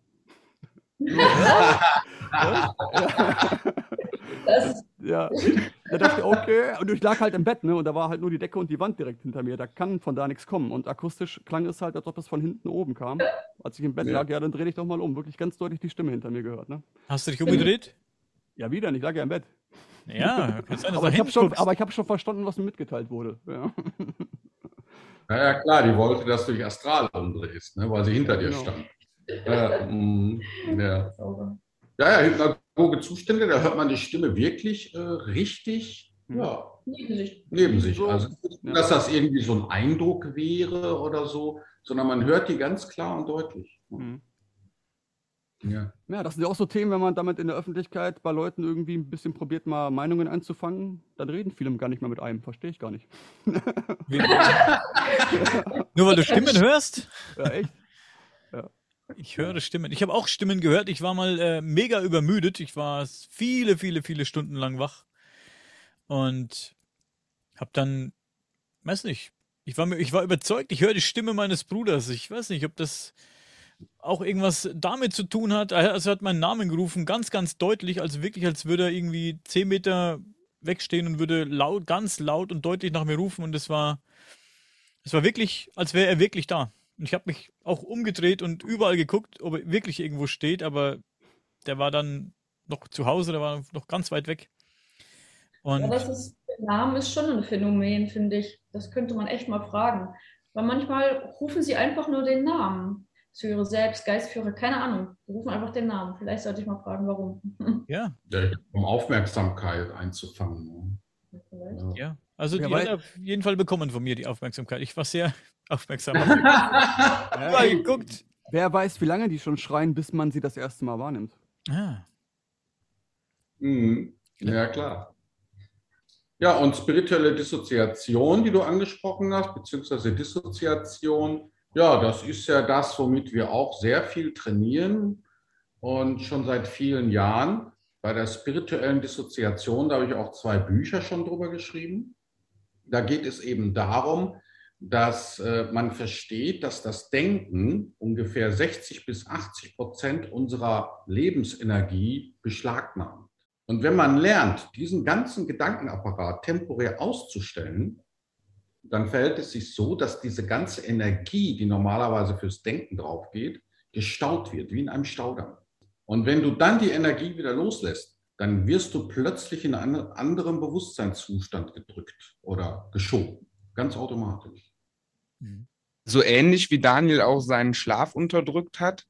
Das ist, Ja, da dachte ich, okay. Und ich lag halt im Bett, ne? Und da war halt nur die Decke und die Wand direkt hinter mir. Da kann von da nichts kommen. Und akustisch klang es halt, als ob es von hinten oben kam. Als ich im Bett Ja. lag, ja, dann dreh dich doch mal um. Wirklich ganz deutlich die Stimme hinter mir gehört, ne? Hast du dich umgedreht? Ja, wieder, ich lag ja im Bett. Ja, kann sein, dass Aber du ich habe hinten schon, guckst. aber ich hab schon verstanden, was mir mitgeteilt wurde. Ja. Ja, ja, klar, die wollte, dass du dich astral umdrehst, ne, weil sie hinter dir Genau. stand. Ja, mm, ja. sauber. Ja, ja, hypnagoge Zustände, da hört man die Stimme wirklich äh, richtig Hm. ja, Neben sich. neben sich. So, Also nicht, ja. dass das irgendwie so ein Eindruck wäre oder so, sondern man hört die ganz klar und deutlich. Hm. Ja. Ja, das sind ja auch so Themen, wenn man damit in der Öffentlichkeit bei Leuten irgendwie ein bisschen probiert, mal Meinungen einzufangen, dann reden viele gar nicht mehr mit einem. Verstehe ich gar nicht. Nur weil du Stimmen hörst? Ja, echt? Ich höre Stimmen. Ich habe auch Stimmen gehört. Ich war mal äh, mega übermüdet. Ich war viele, viele, viele Stunden lang wach. Und habe dann, weiß nicht, ich war, mir, ich war überzeugt, ich höre die Stimme meines Bruders. Ich weiß nicht, ob das auch irgendwas damit zu tun hat. Also er hat meinen Namen gerufen, ganz, ganz deutlich, also wirklich, als würde er irgendwie zehn Meter wegstehen und würde laut, ganz laut und deutlich nach mir rufen. Und es war, es war wirklich, als wäre er wirklich da. Und ich habe mich auch umgedreht und überall geguckt, ob er wirklich irgendwo steht, aber der war dann noch zu Hause, der war noch ganz weit weg. Und Ja, das ist, der Name ist schon ein Phänomen, finde ich. Das könnte man echt mal fragen. Weil manchmal rufen sie einfach nur den Namen. Führer selbst, Geistführer, keine Ahnung. Sie rufen einfach den Namen. Vielleicht sollte ich mal fragen, warum. ja, Ja, um Aufmerksamkeit einzufangen. Ne? Vielleicht. Ja. ja. Also Ja, die weil- hat auf jeden Fall bekommen von mir die Aufmerksamkeit. Ich war sehr aufmerksam. Hab überall geguckt. Wer weiß, wie lange die schon schreien, bis man sie das erste Mal wahrnimmt. Ah, Mhm. Ja, klar. Ja, und spirituelle Dissoziation, die du angesprochen hast, beziehungsweise Dissoziation, ja, das ist ja das, womit wir auch sehr viel trainieren und schon seit vielen Jahren. Bei der spirituellen Dissoziation, da habe ich auch zwei Bücher schon drüber geschrieben. Da geht es eben darum, dass äh, man versteht, dass das Denken ungefähr sechzig bis achtzig Prozent unserer Lebensenergie beschlagnahmt. Und wenn man lernt, diesen ganzen Gedankenapparat temporär auszustellen, dann verhält es sich so, dass diese ganze Energie, die normalerweise fürs Denken drauf geht, gestaut wird, wie in einem Staudamm. Und wenn du dann die Energie wieder loslässt, dann wirst du plötzlich in einen anderen Bewusstseinszustand gedrückt oder geschoben. Ganz automatisch. So ähnlich wie Daniel auch seinen Schlaf unterdrückt hat,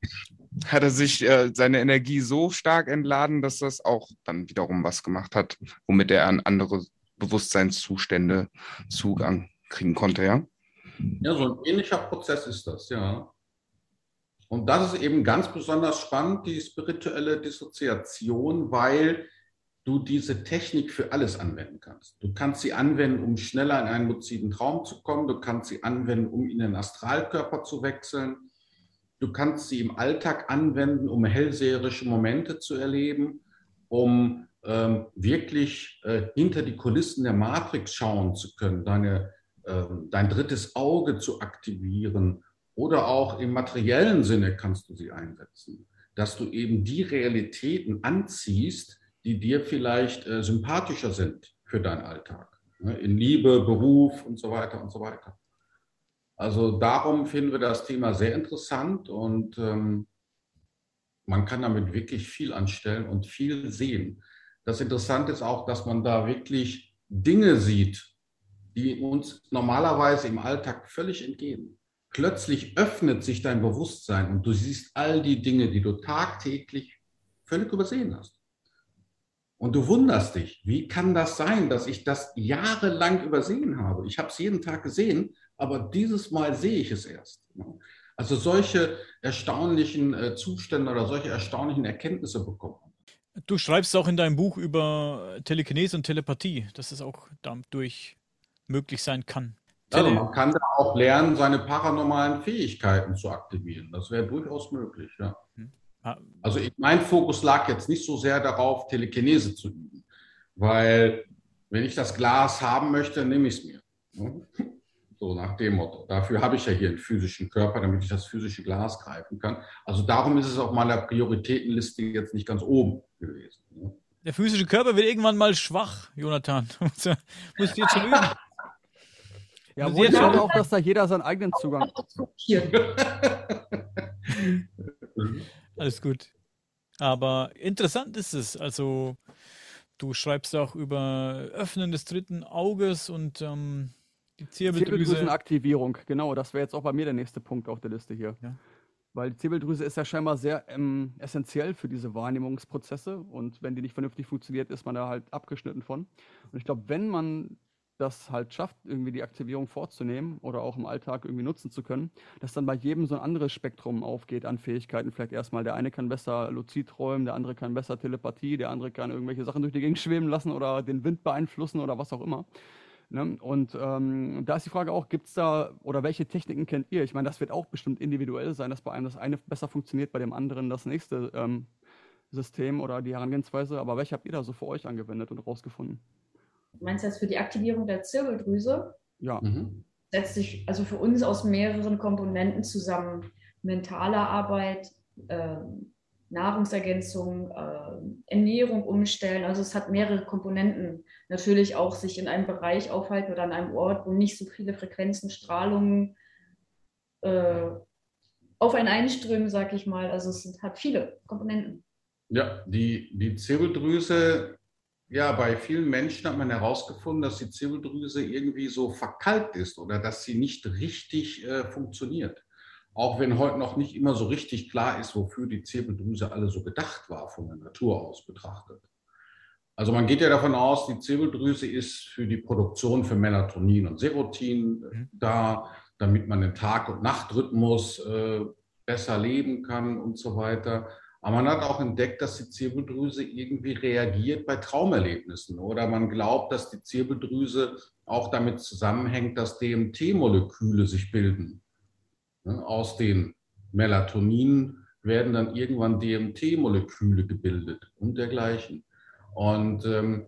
hat er sich äh, seine Energie so stark entladen, dass das auch dann wiederum was gemacht hat, womit er an andere Bewusstseinszustände Zugang kriegen konnte, ja? Ja, so ein ähnlicher Prozess ist das, ja. Und das ist eben ganz besonders spannend, die spirituelle Dissoziation, weil du diese Technik für alles anwenden kannst. Du kannst sie anwenden, um schneller in einen luziden Traum zu kommen. Du kannst sie anwenden, um in den Astralkörper zu wechseln. Du kannst sie im Alltag anwenden, um hellseherische Momente zu erleben, um ähm, wirklich äh, hinter die Kulissen der Matrix schauen zu können, deine, äh, dein drittes Auge zu aktivieren. Oder auch im materiellen Sinne kannst du sie einsetzen, dass du eben die Realitäten anziehst, die dir vielleicht äh, sympathischer sind für deinen Alltag, ne? In Liebe, Beruf und so weiter und so weiter. Also darum finden wir das Thema sehr interessant und ähm, man kann damit wirklich viel anstellen und viel sehen. Das Interessante ist auch, dass man da wirklich Dinge sieht, die uns normalerweise im Alltag völlig entgehen. Plötzlich öffnet sich dein Bewusstsein und du siehst all die Dinge, die du tagtäglich völlig übersehen hast. Und du wunderst dich, wie kann das sein, dass ich das jahrelang übersehen habe? Ich habe es jeden Tag gesehen, aber dieses Mal sehe ich es erst. Also solche erstaunlichen Zustände oder solche erstaunlichen Erkenntnisse bekommen. Du schreibst auch in deinem Buch über Telekinese und Telepathie, dass es auch dadurch möglich sein kann. Also man kann da auch lernen, seine paranormalen Fähigkeiten zu aktivieren. Das wäre durchaus möglich, ja. Also ich, mein Fokus lag jetzt nicht so sehr darauf, Telekinese zu üben, weil wenn ich das Glas haben möchte, nehme ich es mir. So nach dem Motto. Dafür habe ich ja hier einen physischen Körper, damit ich das physische Glas greifen kann. Also darum ist es auf meiner Prioritätenliste jetzt nicht ganz oben gewesen. Der physische Körper wird irgendwann mal schwach, Jonathan. Musst du jetzt schon üben. Ja, wo ich finde auch, dass da jeder seinen eigenen Zugang hat. Alles gut. Aber interessant ist es. Also, du schreibst auch über Öffnen des dritten Auges und ähm, die Zirbeldrüse. Zirbeldrüsenaktivierung, genau. Das wäre jetzt auch bei mir der nächste Punkt auf der Liste hier. Ja. Weil die Zirbeldrüse ist ja scheinbar sehr ähm, essentiell für diese Wahrnehmungsprozesse. Und wenn die nicht vernünftig funktioniert, ist man da halt abgeschnitten von. Und ich glaube, wenn man das halt schafft, irgendwie die Aktivierung vorzunehmen oder auch im Alltag irgendwie nutzen zu können, dass dann bei jedem so ein anderes Spektrum aufgeht an Fähigkeiten. Vielleicht erstmal, der eine kann besser luzid träumen, der andere kann besser Telepathie, der andere kann irgendwelche Sachen durch die Gegend schweben lassen oder den Wind beeinflussen oder was auch immer. Ne? Und ähm, da ist die Frage auch, gibt es da oder welche Techniken kennt ihr? Ich meine, das wird auch bestimmt individuell sein, dass bei einem das eine besser funktioniert, bei dem anderen das nächste ähm, System oder die Herangehensweise. Aber welche habt ihr da so für euch angewendet und rausgefunden? Du meinst jetzt für die Aktivierung der Zirbeldrüse? Ja. Mhm. Setzt sich also für uns aus mehreren Komponenten zusammen. Mentale Arbeit, äh, Nahrungsergänzung, äh, Ernährung umstellen. Also es hat mehrere Komponenten. Natürlich auch sich in einem Bereich aufhalten oder an einem Ort, wo nicht so viele Frequenzen, Strahlungen äh, auf einen einströmen, sag ich mal. Also es hat viele Komponenten. Ja, die, die Zirbeldrüse, ja, bei vielen Menschen hat man herausgefunden, dass die Zirbeldrüse irgendwie so verkalkt ist oder dass sie nicht richtig äh, funktioniert. Auch wenn heute noch nicht immer so richtig klar ist, wofür die Zirbeldrüse alle so gedacht war, von der Natur aus betrachtet. Also man geht ja davon aus, die Zirbeldrüse ist für die Produktion für Melatonin und Serotin mhm. da, damit man den Tag- und Nachtrhythmus äh, besser leben kann und so weiter. Aber man hat auch entdeckt, dass die Zirbeldrüse irgendwie reagiert bei Traumerlebnissen. Oder man glaubt, dass die Zirbeldrüse auch damit zusammenhängt, dass D M T-Moleküle sich bilden. Aus den Melatonin werden dann irgendwann D M T-Moleküle gebildet und dergleichen. Und ähm,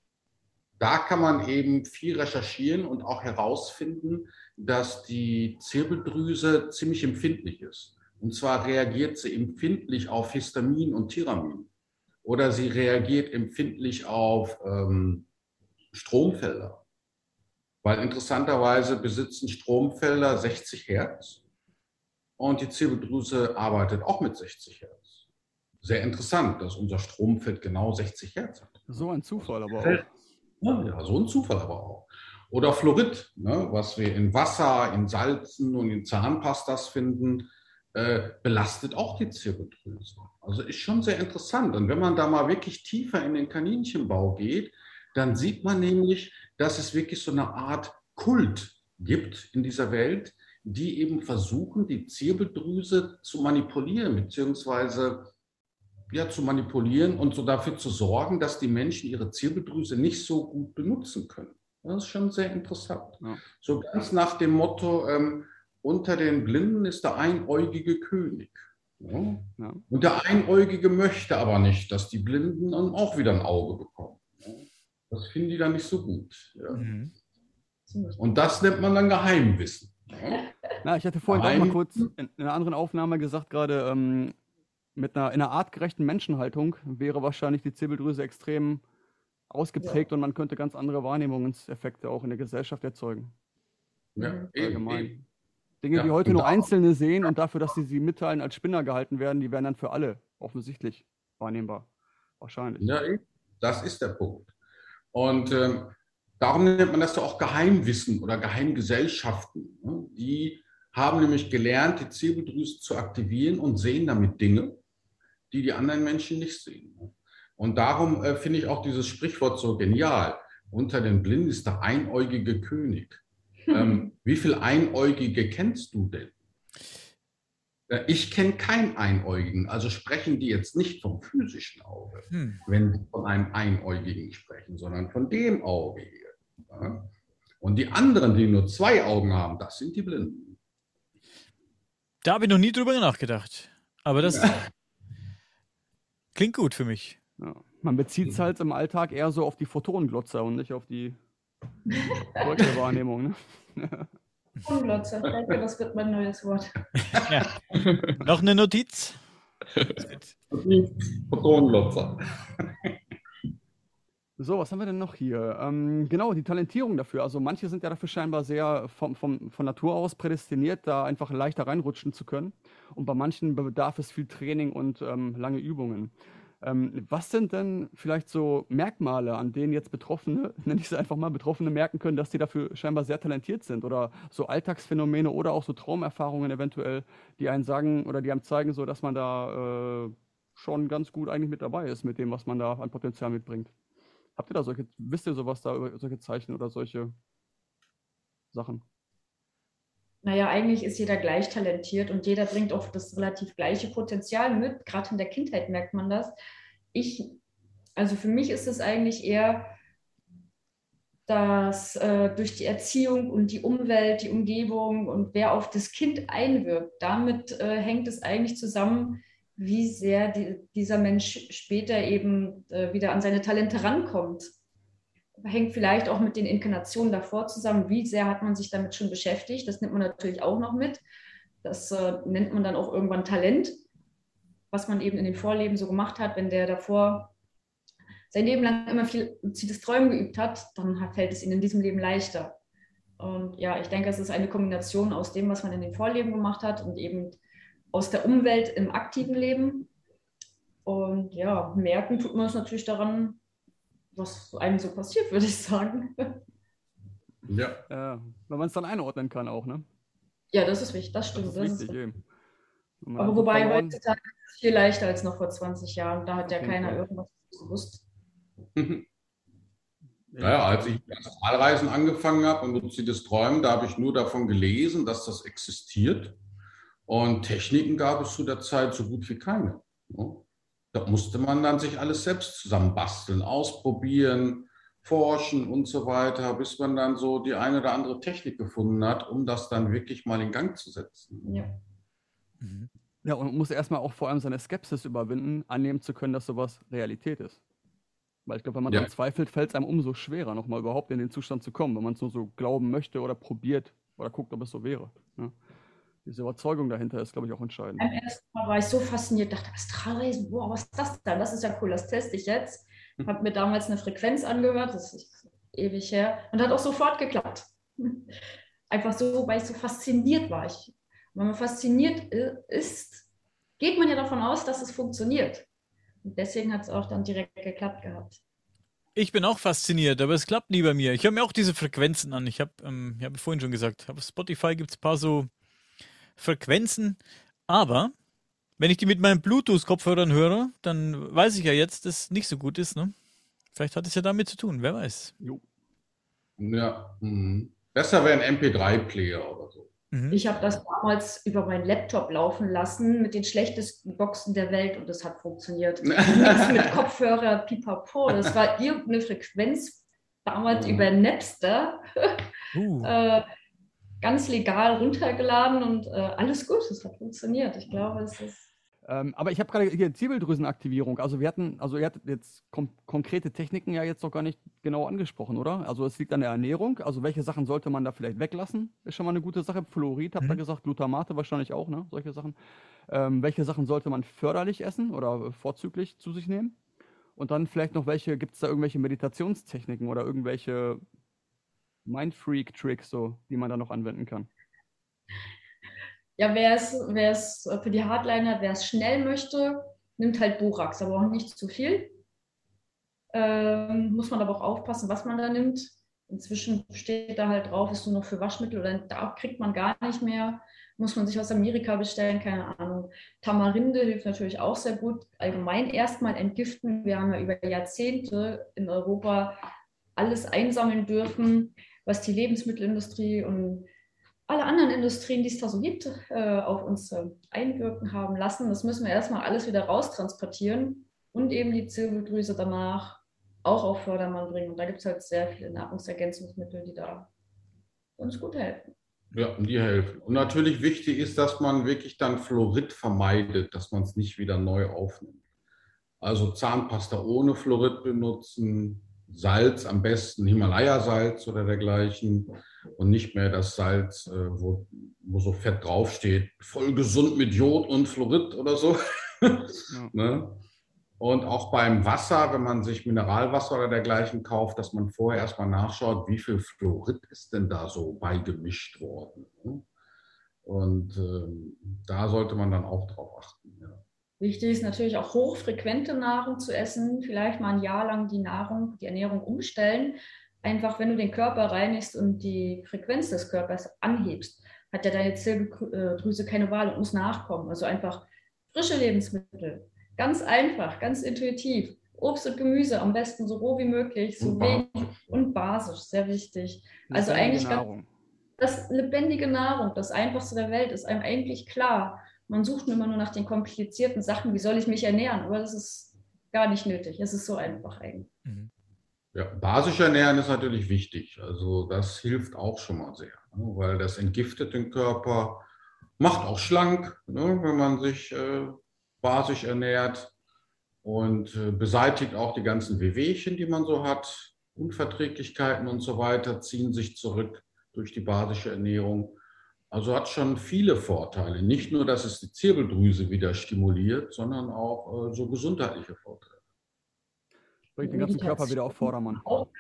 da kann man eben viel recherchieren und auch herausfinden, dass die Zirbeldrüse ziemlich empfindlich ist. Und zwar reagiert sie empfindlich auf Histamin und Thyramin. Oder sie reagiert empfindlich auf ähm, Stromfelder. Weil interessanterweise besitzen Stromfelder sechzig Hertz und die Zirbeldrüse arbeitet auch mit sechzig Hertz. Sehr interessant, dass unser Stromfeld genau sechzig Hertz hat. So ein Zufall aber auch. Ja, ja, so ein Zufall aber auch. Oder Fluorid, ne, was wir in Wasser, in Salzen und in Zahnpastas finden. äh, belastet auch die Zirbeldrüse. Also ist schon sehr interessant. Und wenn man da mal wirklich tiefer in den Kaninchenbau geht, dann sieht man nämlich, dass es wirklich so eine Art Kult gibt in dieser Welt, die eben versuchen, die Zirbeldrüse zu manipulieren, beziehungsweise ja, zu manipulieren und so dafür zu sorgen, dass die Menschen ihre Zirbeldrüse nicht so gut benutzen können. Das ist schon sehr interessant. Ja. So ganz nach dem Motto, ähm, unter den Blinden ist der einäugige König. Ja? Ja. Und der Einäugige möchte aber nicht, dass die Blinden dann auch wieder ein Auge bekommen. Ja? Das finden die dann nicht so gut. Ja? Mhm. Und das nennt man dann Geheimwissen. Ja? Na, ich hatte vorhin Geheim- auch mal kurz in einer anderen Aufnahme gesagt, gerade ähm, mit einer, in einer artgerechten Menschenhaltung wäre wahrscheinlich die Zirbeldrüse extrem ausgeprägt ja. und man könnte ganz andere Wahrnehmungseffekte auch in der Gesellschaft erzeugen. Ja, allgemein. Eben. Dinge, Ja, die heute und nur da- Einzelne sehen und dafür, dass sie sie mitteilen, als Spinner gehalten werden, die werden dann für alle offensichtlich wahrnehmbar. Wahrscheinlich. Ja, eben. Das ist der Punkt. Und ähm, darum nennt man das ja auch Geheimwissen oder Geheimgesellschaften. Ne? Die haben nämlich gelernt, die Zirbeldrüse zu aktivieren und sehen damit Dinge, die die anderen Menschen nicht sehen. Ne? Und darum äh, finde ich auch dieses Sprichwort so genial. Unter den Blinden ist der einäugige König. Ähm, wie viele Einäugige kennst du denn? Äh, Ich kenne keinen Einäugigen, also sprechen die jetzt nicht vom physischen Auge, Hm. wenn sie von einem Einäugigen sprechen, sondern von dem Auge hier. Ja? Und die anderen, die nur zwei Augen haben, das sind die Blinden. Da habe ich noch nie drüber nachgedacht. Aber das Ja. klingt gut für mich. Ja. Man bezieht es halt im Alltag eher so auf die Photonenglotzer und nicht auf die deutsche Wahrnehmung. Ne? Unglotze, ich denke, das wird mein neues Wort. Ja. Noch eine Notiz? Photonenglotzer. So, was haben wir denn noch hier? Ähm, genau, die Talentierung dafür. Also manche sind ja dafür scheinbar sehr vom, vom, von Natur aus prädestiniert, da einfach leichter reinrutschen zu können. Und bei manchen bedarf es viel Training und ähm, lange Übungen. Ähm, was sind denn vielleicht so Merkmale, an denen jetzt Betroffene, nenne ich sie einfach mal, Betroffene merken können, dass die dafür scheinbar sehr talentiert sind? Oder so Alltagsphänomene oder auch so Traumerfahrungen eventuell, die einen sagen oder die einem zeigen, so dass man da äh, schon ganz gut eigentlich mit dabei ist mit dem, was man da an Potenzial mitbringt. Habt ihr da solche, wisst ihr sowas da über solche Zeichen oder solche Sachen? Naja, eigentlich ist jeder gleich talentiert und jeder bringt auch das relativ gleiche Potenzial mit. Gerade in der Kindheit merkt man das. Ich, also für mich ist es eigentlich eher, dass äh, durch die Erziehung und die Umwelt, die Umgebung und wer auf das Kind einwirkt, damit äh, hängt es eigentlich zusammen, wie sehr die, dieser Mensch später eben äh, wieder an seine Talente rankommt. Hängt vielleicht auch mit den Inkarnationen davor zusammen, wie sehr hat man sich damit schon beschäftigt. Das nimmt man natürlich auch noch mit. Das äh, nennt man dann auch irgendwann Talent, was man eben in den Vorleben so gemacht hat. Wenn der davor sein Leben lang immer viel luzides Träumen geübt hat, dann fällt es ihm in diesem Leben leichter. Und ja, ich denke, es ist eine Kombination aus dem, was man in den Vorleben gemacht hat und eben aus der Umwelt im aktiven Leben. Und ja, merken tut man es natürlich daran, was einem so passiert, würde ich sagen. Ja. Äh, wenn man es dann einordnen kann auch, ne? Ja, das ist wichtig, das stimmt. Das ist das wichtig ist eben. Wenn man aber einfach wobei verloren- heutzutage ist es viel leichter als noch vor zwanzig Jahren. Da hat ja Auf jeden keiner Fall. irgendwas gewusst. Naja, als ich mit Astralreisen angefangen habe und luzides Träumen, da habe ich nur davon gelesen, dass das existiert. Und Techniken gab es zu der Zeit so gut wie keine. Ne? Da musste man dann sich alles selbst zusammenbasteln, ausprobieren, forschen und so weiter, bis man dann so die eine oder andere Technik gefunden hat, um das dann wirklich mal in Gang zu setzen. Ja. Mhm. Ja, und man muss erstmal auch vor allem seine Skepsis überwinden, annehmen zu können, dass sowas Realität ist. Weil ich glaube, wenn man Ja. dann zweifelt, fällt es einem umso schwerer, nochmal überhaupt in den Zustand zu kommen, wenn man es nur so glauben möchte oder probiert oder guckt, ob es so wäre. Ne? Diese Überzeugung dahinter ist, glaube ich, auch entscheidend. Beim ersten Mal war ich so fasziniert, dachte, Astralreisen, wow, was ist das denn? Das ist ja cool, das teste ich jetzt. Habe mir damals eine Frequenz angehört, das ist ewig her, und hat auch sofort geklappt. Einfach so, weil ich so fasziniert war. Ich, wenn man fasziniert ist, geht man ja davon aus, dass es funktioniert. Und deswegen hat es auch dann direkt geklappt gehabt. Ich bin auch fasziniert, aber es klappt nie bei mir. Ich höre mir auch diese Frequenzen an. Ich habe ähm, ich hab vorhin schon gesagt, auf Spotify gibt es ein paar so Frequenzen, Aber wenn ich die mit meinen Bluetooth-Kopfhörern höre, dann weiß ich ja jetzt, dass es nicht so gut ist. Ne? Vielleicht hat es ja damit zu tun, wer weiß. Jo. Ja, mh. Besser wäre ein M P drei Player oder so. Mhm. Ich habe das damals über meinen Laptop laufen lassen mit den schlechtesten Boxen der Welt und das hat funktioniert. Nichts mit Kopfhörer, pipapo. Das war irgendeine Frequenz damals über Napster. Uh. äh, ganz legal runtergeladen und äh, alles gut, es hat funktioniert. Ich glaube, es ist. Ähm, aber ich habe gerade hier Zirbeldrüsenaktivierung. Also wir hatten, also ihr hattet jetzt kom konkrete Techniken ja jetzt noch gar nicht genau angesprochen, oder? Also es liegt an der Ernährung. Also welche Sachen sollte man da vielleicht weglassen? Ist schon mal eine gute Sache. Fluorid, habt ihr Mhm. gesagt, Glutamate wahrscheinlich auch, ne? Solche Sachen. Ähm, welche Sachen sollte man förderlich essen oder vorzüglich zu sich nehmen? Und dann vielleicht noch welche, gibt es da irgendwelche Meditationstechniken oder irgendwelche Mindfreak-Tricks, so, die man da noch anwenden kann? Ja, wer es, wer es für die Hardliner, wer es schnell möchte, nimmt halt Borax, aber auch nicht zu viel. Ähm, muss man aber auch aufpassen, was man da nimmt. Inzwischen steht da halt drauf, ist nur noch für Waschmittel oder da kriegt man gar nicht mehr. Muss man sich aus Amerika bestellen, keine Ahnung. Tamarinde hilft natürlich auch sehr gut. Allgemein erstmal entgiften. Wir haben ja über Jahrzehnte in Europa alles einsammeln dürfen, was die Lebensmittelindustrie und alle anderen Industrien, die es da so gibt, äh, auf uns äh, einwirken haben lassen. Das müssen wir erstmal alles wieder raustransportieren und eben die Zirbeldrüse danach auch auf Vordermann bringen. Und da gibt es halt sehr viele Nahrungsergänzungsmittel, die da uns gut helfen. Ja, die helfen. Und natürlich wichtig ist, dass man wirklich dann Fluorid vermeidet, dass man es nicht wieder neu aufnimmt. Also Zahnpasta ohne Fluorid benutzen, Salz am besten, Himalaya-Salz oder dergleichen und nicht mehr das Salz, wo, wo so Fett draufsteht, voll gesund mit Jod und Fluorid oder so. Ja. Ne? Und auch beim Wasser, wenn man sich Mineralwasser oder dergleichen kauft, dass man vorher erstmal nachschaut, wie viel Fluorid ist denn da so beigemischt worden. Ne? Und äh, da sollte man dann auch drauf achten. Ja. Wichtig ist natürlich auch hochfrequente Nahrung zu essen, vielleicht mal ein Jahr lang die Nahrung, die Ernährung umstellen. Einfach, wenn du den Körper reinigst und die Frequenz des Körpers anhebst, hat ja deine Zirbeldrüse keine Wahl und muss nachkommen. Also einfach frische Lebensmittel. Ganz einfach, ganz intuitiv. Obst und Gemüse am besten so roh wie möglich, so wenig und basisch, sehr wichtig. Also eigentlich Nahrung. Das lebendige Nahrung, das Einfachste der Welt, ist einem eigentlich klar. Man sucht immer nur nach den komplizierten Sachen, wie soll ich mich ernähren? Aber das ist gar nicht nötig. Es ist so einfach eigentlich. Mhm. Ja, basisch ernähren ist natürlich wichtig. Also das hilft auch schon mal sehr, ne? Weil das entgiftet den Körper, macht auch schlank, ne? Wenn man sich äh, basisch ernährt und äh, beseitigt auch die ganzen Wehwehchen, die man so hat. Unverträglichkeiten und so weiter ziehen sich zurück durch die basische Ernährung. Also hat schon viele Vorteile. Nicht nur, dass es die Zirbeldrüse wieder stimuliert, sondern auch äh, so gesundheitliche Vorteile. Bringt den ganzen Körper wieder auf Vordermann.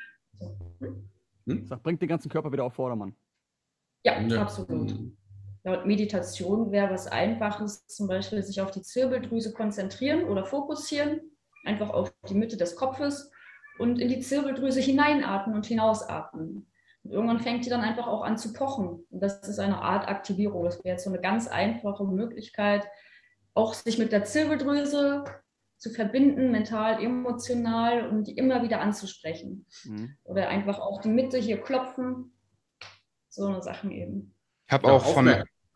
Hm? Sag, bringt den ganzen Körper wieder auf Vordermann. Ja, ja. Absolut. Laut Meditation wäre was Einfaches, zum Beispiel sich auf die Zirbeldrüse konzentrieren oder fokussieren, einfach auf die Mitte des Kopfes und in die Zirbeldrüse hineinatmen und hinausatmen. Und irgendwann fängt die dann einfach auch an zu pochen. Und das ist eine Art Aktivierung. Das wäre jetzt so eine ganz einfache Möglichkeit, auch sich mit der Zirbeldrüse zu verbinden, mental, emotional und die immer wieder anzusprechen. Mhm. Oder einfach auch die Mitte hier klopfen. So eine Sachen eben. Ich habe auch von...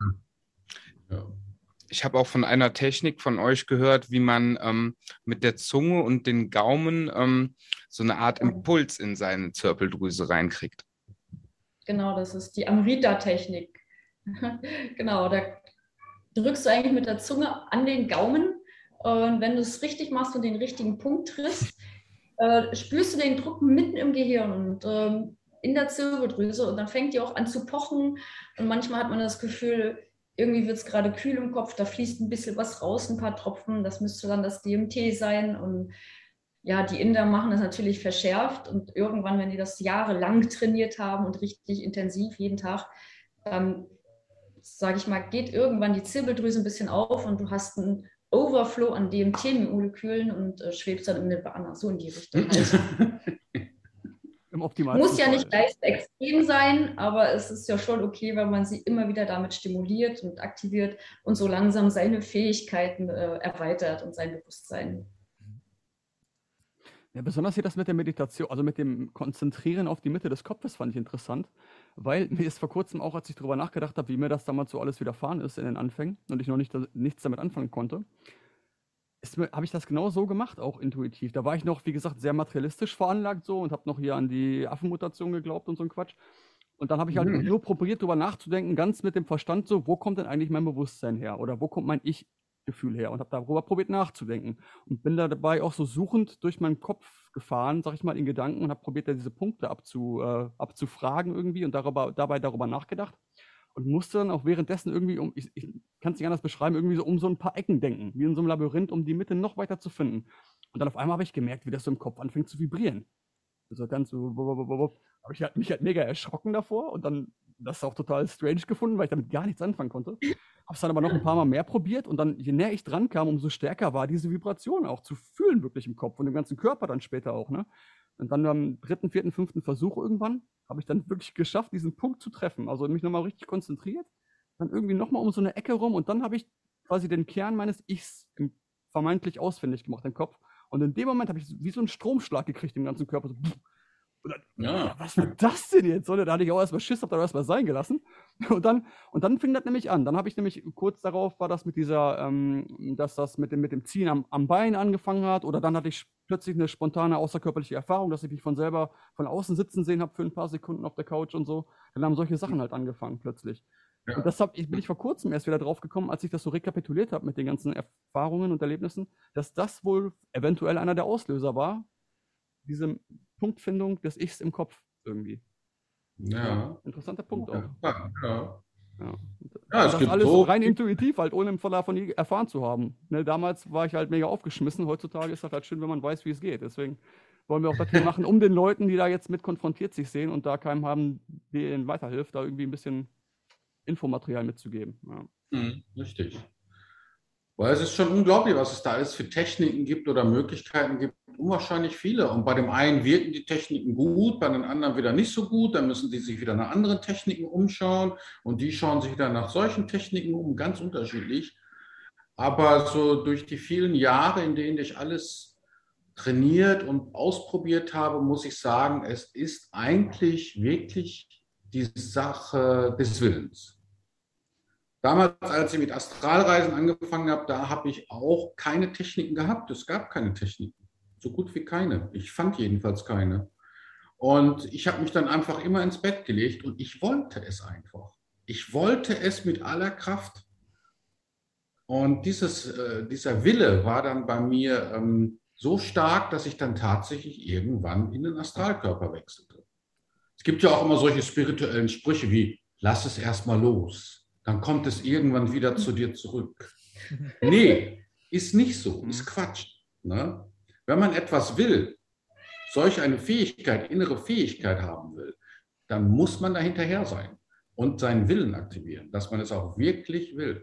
Ja. Ich habe auch von einer Technik von euch gehört, wie man ähm, mit der Zunge und den Gaumen ähm, so eine Art Impuls in seine Zirbeldrüse reinkriegt. Genau, das ist die Amrita-Technik. Genau, da drückst du eigentlich mit der Zunge an den Gaumen und wenn du es richtig machst und den richtigen Punkt triffst, äh, spürst du den Druck mitten im Gehirn und ähm, in der Zirbeldrüse und dann fängt die auch an zu pochen und manchmal hat man das Gefühl, irgendwie wird es gerade kühl im Kopf, da fließt ein bisschen was raus, ein paar Tropfen, das müsste dann das D M T sein und ja, die Inder machen das natürlich verschärft und irgendwann, wenn die das jahrelang trainiert haben und richtig intensiv jeden Tag, dann, sage ich mal, geht irgendwann die Zirbeldrüse ein bisschen auf und du hast einen Overflow an D M T-Molekülen und äh, schwebst dann im Nirvana, so in die Richtung. Also, Im optimalsten Muss ja Fall. nicht gleich so extrem sein, aber es ist ja schon okay, wenn man sie immer wieder damit stimuliert und aktiviert und so langsam seine Fähigkeiten äh, erweitert und sein Bewusstsein. Ja, besonders hier das mit der Meditation, also mit dem Konzentrieren auf die Mitte des Kopfes fand ich interessant, weil mir ist vor kurzem auch, als ich darüber nachgedacht habe, wie mir das damals so alles widerfahren ist in den Anfängen und ich noch nicht, nichts damit anfangen konnte, habe ich das genau so gemacht, auch intuitiv. Da war ich noch, wie gesagt, sehr materialistisch veranlagt so und habe noch hier an die Affenmutation geglaubt und so ein Quatsch. Und dann habe ich halt Mhm. nur probiert, darüber nachzudenken, ganz mit dem Verstand so, wo kommt denn eigentlich mein Bewusstsein her? Oder wo kommt mein Ich-Gefühl her? Und habe darüber probiert nachzudenken. Und bin da dabei auch so suchend durch meinen Kopf gefahren, sag ich mal, in Gedanken und habe probiert, da diese Punkte abzu, äh, abzufragen irgendwie und darüber, dabei darüber nachgedacht. Und musste dann auch währenddessen irgendwie, um, ich, ich kann es nicht anders beschreiben, irgendwie so um so ein paar Ecken denken, wie in so einem Labyrinth, um die Mitte noch weiter zu finden. Und dann auf einmal habe ich gemerkt, wie das so im Kopf anfängt zu vibrieren. Also ganz so, habe ich halt, mich halt mega erschrocken davor und dann das auch total strange gefunden, weil ich damit gar nichts anfangen konnte. Habe es dann aber noch ein paar Mal mehr probiert und dann, je näher ich dran kam, umso stärker war diese Vibration auch zu fühlen wirklich im Kopf und im ganzen Körper dann später auch, ne? Und dann am dritten, vierten, fünften Versuch irgendwann habe ich dann wirklich geschafft, diesen Punkt zu treffen. Also mich nochmal richtig konzentriert, dann irgendwie nochmal um so eine Ecke rum und dann habe ich quasi den Kern meines Ichs im, vermeintlich ausfindig gemacht im Kopf. Und in dem Moment habe ich wie so einen Stromschlag gekriegt im ganzen Körper. So, und dann, Ja. was war das denn jetzt? Und da hatte ich auch erstmal Schiss, habe dann erstmal sein gelassen. Und dann, und dann fing das nämlich an. Dann habe ich nämlich kurz darauf war das mit dieser, ähm, dass das mit dem, mit dem Ziehen am, am Bein angefangen hat. Oder dann hatte ich plötzlich eine spontane außerkörperliche Erfahrung, dass ich mich von selber von außen sitzen sehen habe für ein paar Sekunden auf der Couch und so. Dann haben solche Sachen halt angefangen plötzlich. Ja. Und das hab, ich, bin ich vor kurzem erst wieder drauf gekommen, als ich das so rekapituliert habe mit den ganzen Erfahrungen und Erlebnissen, dass das wohl eventuell einer der Auslöser war, diese Punktfindung des Ichs im Kopf irgendwie. Ja. Interessanter Punkt auch. Ja, ja. Ja, Ja, es das gibt alles so- rein intuitiv, halt ohne im Verlauf von nie erfahren zu haben. Ne, damals war ich halt mega aufgeschmissen. Heutzutage ist das halt schön, wenn man weiß, wie es geht. Deswegen wollen wir auch das hier machen, um den Leuten, die da jetzt mit konfrontiert sich sehen und da keinem haben, der ihnen weiterhilft, da irgendwie ein bisschen Infomaterial mitzugeben. Ja. Mhm, richtig. Weil es ist schon unglaublich, was es da alles für Techniken gibt oder Möglichkeiten gibt. Unwahrscheinlich viele. Und bei dem einen wirken die Techniken gut, bei den anderen wieder nicht so gut. Dann müssen die sich wieder nach anderen Techniken umschauen. Und die schauen sich wieder nach solchen Techniken um, ganz unterschiedlich. Aber so durch die vielen Jahre, in denen ich alles trainiert und ausprobiert habe, muss ich sagen, es ist eigentlich wirklich die Sache des Willens. Damals, als ich mit Astralreisen angefangen habe, da habe ich auch keine Techniken gehabt. Es gab keine Techniken, so gut wie keine. Ich fand jedenfalls keine. Und ich habe mich dann einfach immer ins Bett gelegt und ich wollte es einfach. Ich wollte es mit aller Kraft. Und dieses, äh, dieser Wille war dann bei mir ähm, so stark, dass ich dann tatsächlich irgendwann in den Astralkörper wechselte. Es gibt ja auch immer solche spirituellen Sprüche wie, lass es erstmal los. Dann kommt es irgendwann wieder zu dir zurück. Nee, ist nicht so, ist Quatsch. Ne? Wenn man etwas will, solch eine Fähigkeit, innere Fähigkeit haben will, dann muss man da hinterher sein und seinen Willen aktivieren, dass man es auch wirklich will.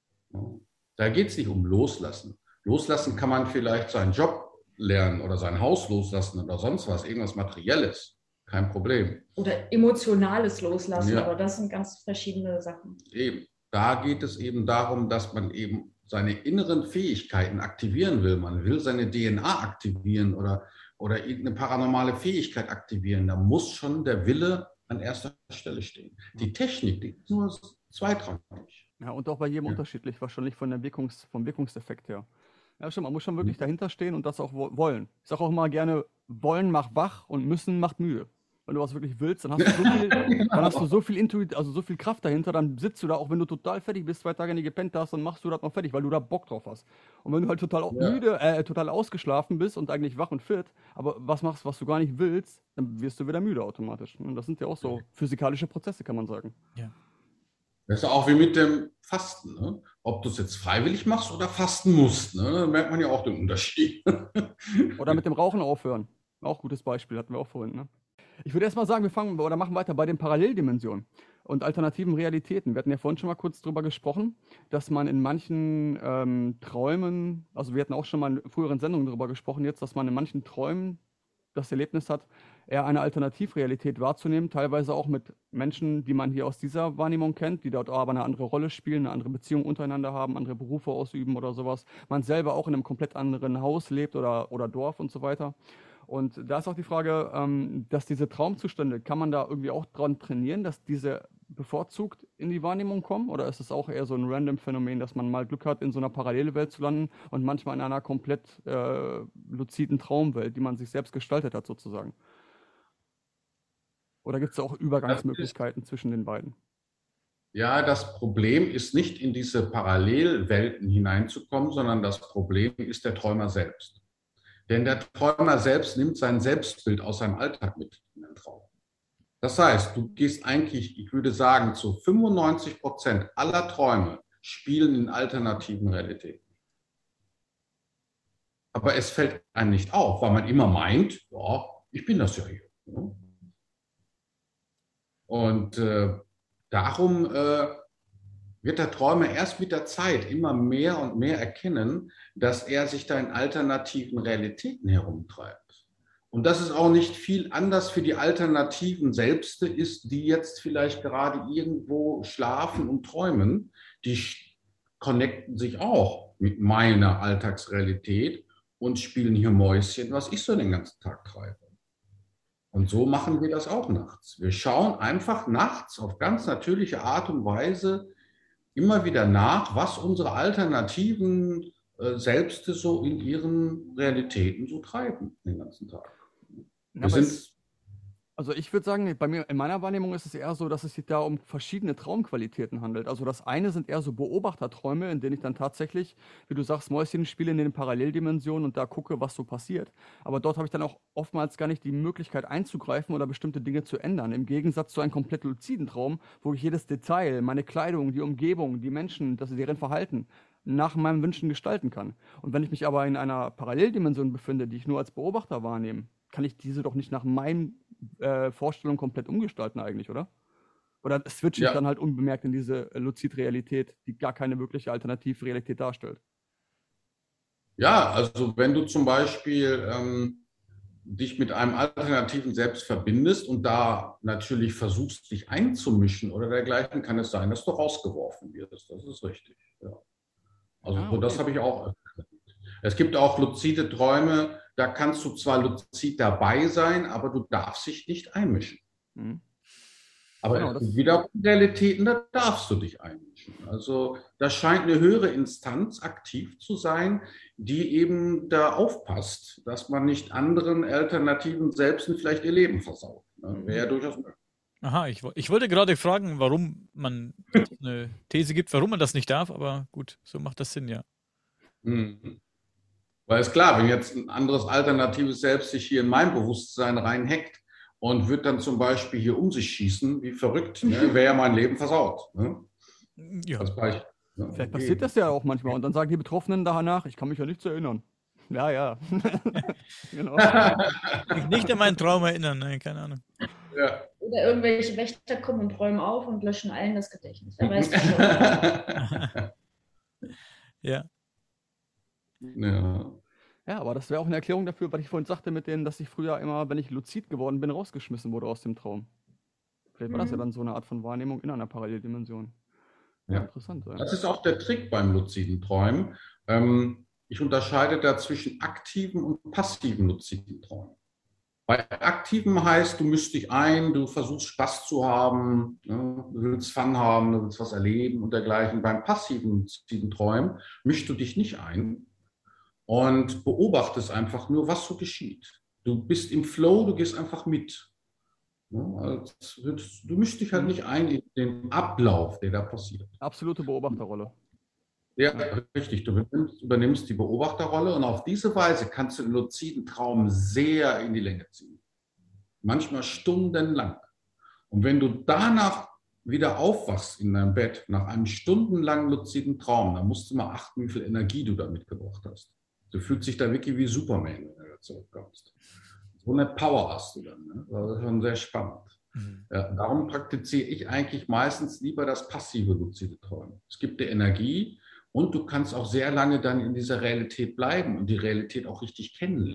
Da geht es nicht um Loslassen. Loslassen kann man vielleicht seinen Job lernen oder sein Haus loslassen oder sonst was, irgendwas Materielles. Kein Problem. Oder emotionales Loslassen, Ja. aber das sind ganz verschiedene Sachen. Eben. Da geht es eben darum, dass man eben seine inneren Fähigkeiten aktivieren will. Man will seine D N A aktivieren oder, oder irgendeine paranormale Fähigkeit aktivieren. Da muss schon der Wille an erster Stelle stehen. Die Technik, die ist nur zweitrangig. Ja, und auch bei jedem Ja. unterschiedlich, wahrscheinlich von der Wirkungs-, vom Wirkungseffekt her. Ja, schon, man muss schon wirklich dahinter stehen und das auch wo- wollen. Ich sage auch immer gerne, wollen macht wach und müssen macht müde. Wenn du was wirklich willst, dann hast du so viel, dann hast du so viel Intuit, also so viel Kraft dahinter, dann sitzt du da, auch wenn du total fertig bist, zwei Tage nicht gepennt hast, dann machst du das noch fertig, weil du da Bock drauf hast. Und wenn du halt total au- Ja. müde, äh, total ausgeschlafen bist und eigentlich wach und fit, aber was machst, was du gar nicht willst, dann wirst du wieder müde automatisch. Und das sind ja auch so physikalische Prozesse, kann man sagen. Das ist ja auch wie mit dem Fasten. Ne? Ob du es jetzt freiwillig machst oder fasten musst, ne? Da merkt man ja auch den Unterschied. Oder mit dem Rauchen aufhören. Auch gutes Beispiel, hatten wir auch vorhin. Ne? Ich würde erst mal sagen, wir fangen oder machen weiter bei den Paralleldimensionen und alternativen Realitäten. Wir hatten ja vorhin schon mal kurz drüber gesprochen, dass man in manchen ähm, Träumen, also wir hatten auch schon mal in früheren Sendungen drüber gesprochen, jetzt, dass man in manchen Träumen das Erlebnis hat, eher eine Alternativrealität wahrzunehmen, teilweise auch mit Menschen, die man hier aus dieser Wahrnehmung kennt, die dort aber eine andere Rolle spielen, eine andere Beziehung untereinander haben, andere Berufe ausüben oder sowas. Man selber auch in einem komplett anderen Haus lebt oder, oder Dorf und so weiter. Und da ist auch die Frage, ähm, dass diese Traumzustände, kann man da irgendwie auch dran trainieren, dass diese bevorzugt in die Wahrnehmung kommen? Oder ist es auch eher so ein random Phänomen, dass man mal Glück hat, in so einer Parallelwelt zu landen und manchmal in einer komplett äh, luziden Traumwelt, die man sich selbst gestaltet hat sozusagen? Oder gibt es auch Übergangsmöglichkeiten zwischen den beiden? Ja, das Problem ist nicht in diese Parallelwelten hineinzukommen, sondern das Problem ist der Träumer selbst. Denn der Träumer selbst nimmt sein Selbstbild aus seinem Alltag mit in den Traum. Das heißt, du gehst eigentlich, ich würde sagen, zu fünfundneunzig Prozent aller Träume spielen in alternativen Realitäten. Aber es fällt einem nicht auf, weil man immer meint, ja, ich bin das ja hier. Und äh, darum äh, wird der Träumer erst mit der Zeit immer mehr und mehr erkennen, dass er sich da in alternativen Realitäten herumtreibt. Und dass es auch nicht viel anders für die alternativen Selbste ist, die jetzt vielleicht gerade irgendwo schlafen und träumen. Die connecten sich auch mit meiner Alltagsrealität und spielen hier Mäuschen, was ich so den ganzen Tag treibe. Und so machen wir das auch nachts. Wir schauen einfach nachts auf ganz natürliche Art und Weise immer wieder nach, was unsere alternativen äh, Selbste so in ihren Realitäten so treiben den ganzen Tag. Wir sind es, also ich würde sagen, bei mir, in meiner Wahrnehmung ist es eher so, dass es sich da um verschiedene Traumqualitäten handelt. Also das eine sind eher so Beobachterträume, in denen ich dann tatsächlich, wie du sagst, Mäuschen spiele in den Paralleldimensionen und da gucke, was so passiert. Aber dort habe ich dann auch oftmals gar nicht die Möglichkeit einzugreifen oder bestimmte Dinge zu ändern. Im Gegensatz zu einem komplett luziden Traum, wo ich jedes Detail, meine Kleidung, die Umgebung, die Menschen, das deren Verhalten nach meinen Wünschen gestalten kann. Und wenn ich mich aber in einer Paralleldimension befinde, die ich nur als Beobachter wahrnehme, kann ich diese doch nicht nach meinen äh, Vorstellungen komplett umgestalten eigentlich, oder? Oder switche ich Ja. dann halt unbemerkt in diese äh, Luzid-Realität, die gar keine wirkliche Alternativrealität darstellt? Ja, also wenn du zum Beispiel ähm, dich mit einem alternativen Selbst verbindest und da natürlich versuchst, dich einzumischen oder dergleichen, kann es sein, dass du rausgeworfen wirst. Das ist richtig. Ja. Also Ah, okay. das habe ich auch erlebt. Es gibt auch luzide Träume, da kannst du zwar luzid dabei sein, aber du darfst dich nicht einmischen. Mhm. Aber Genau, es das- gibt wieder Realitäten, da darfst du dich einmischen. Also da scheint eine höhere Instanz aktiv zu sein, die eben da aufpasst, dass man nicht anderen alternativen Selbsten vielleicht ihr Leben versaut. Ne? Wäre ja durchaus möglich. Aha, ich, wo- ich wollte gerade fragen, warum man eine These gibt, warum man das nicht darf, aber gut, so macht das Sinn, ja. Mhm. Weil es klar, wenn jetzt ein anderes alternatives Selbst sich hier in mein Bewusstsein reinhackt und wird dann zum Beispiel hier um sich schießen, wie verrückt, ne? Wäre ja mein Leben versaut. Ne? Ja, Als Beispiel. Ja, Vielleicht okay. passiert das ja auch manchmal und dann sagen die Betroffenen danach, ich kann mich ja nicht erinnern. Ja, ja. Genau. mich nicht an meinen Traum erinnern, nein, keine Ahnung. Ja. Oder irgendwelche Wächter kommen und räumen auf und löschen allen das Gedächtnis. Wer weiß das schon. Ja, Ja. Ja, aber das wäre auch eine Erklärung dafür, was ich vorhin sagte, mit denen, dass ich früher immer, wenn ich luzid geworden bin, rausgeschmissen wurde aus dem Traum. Vielleicht war das ja Mhm. dann so eine Art von Wahrnehmung in einer Paralleldimension. Ja, Ja. interessant. Ja. Das ist auch der Trick beim luziden Träumen. Ähm, ich unterscheide da zwischen aktiven und passiven luziden Träumen. Bei aktiven heißt, du mischst dich ein, du versuchst Spaß zu haben, ne? Du willst Fun haben, du willst was erleben und dergleichen. Beim passiven luziden Träumen mischst du dich nicht ein und beobachtest einfach nur, was so geschieht. Du bist im Flow, du gehst einfach mit. Ne? Also, du mischst dich halt nicht ein in den Ablauf, der da passiert. Absolute Beobachterrolle. Ja, richtig. Du übernimmst, übernimmst die Beobachterrolle und auf diese Weise kannst du den luziden Traum sehr in die Länge ziehen. Manchmal stundenlang. Und wenn du danach wieder aufwachst in deinem Bett, nach einem stundenlangen luziden Traum, dann musst du mal achten, wie viel Energie du da mitgebracht hast. Du fühlst dich da wirklich wie Superman, wenn du da zurückkommst. So eine Power hast du dann. Ne? Das ist schon sehr spannend. Mhm. Ja, darum praktiziere ich eigentlich meistens lieber das passive luzide Träumen. Es gibt dir Energie und du kannst auch sehr lange dann in dieser Realität bleiben und die Realität auch richtig kennenlernen.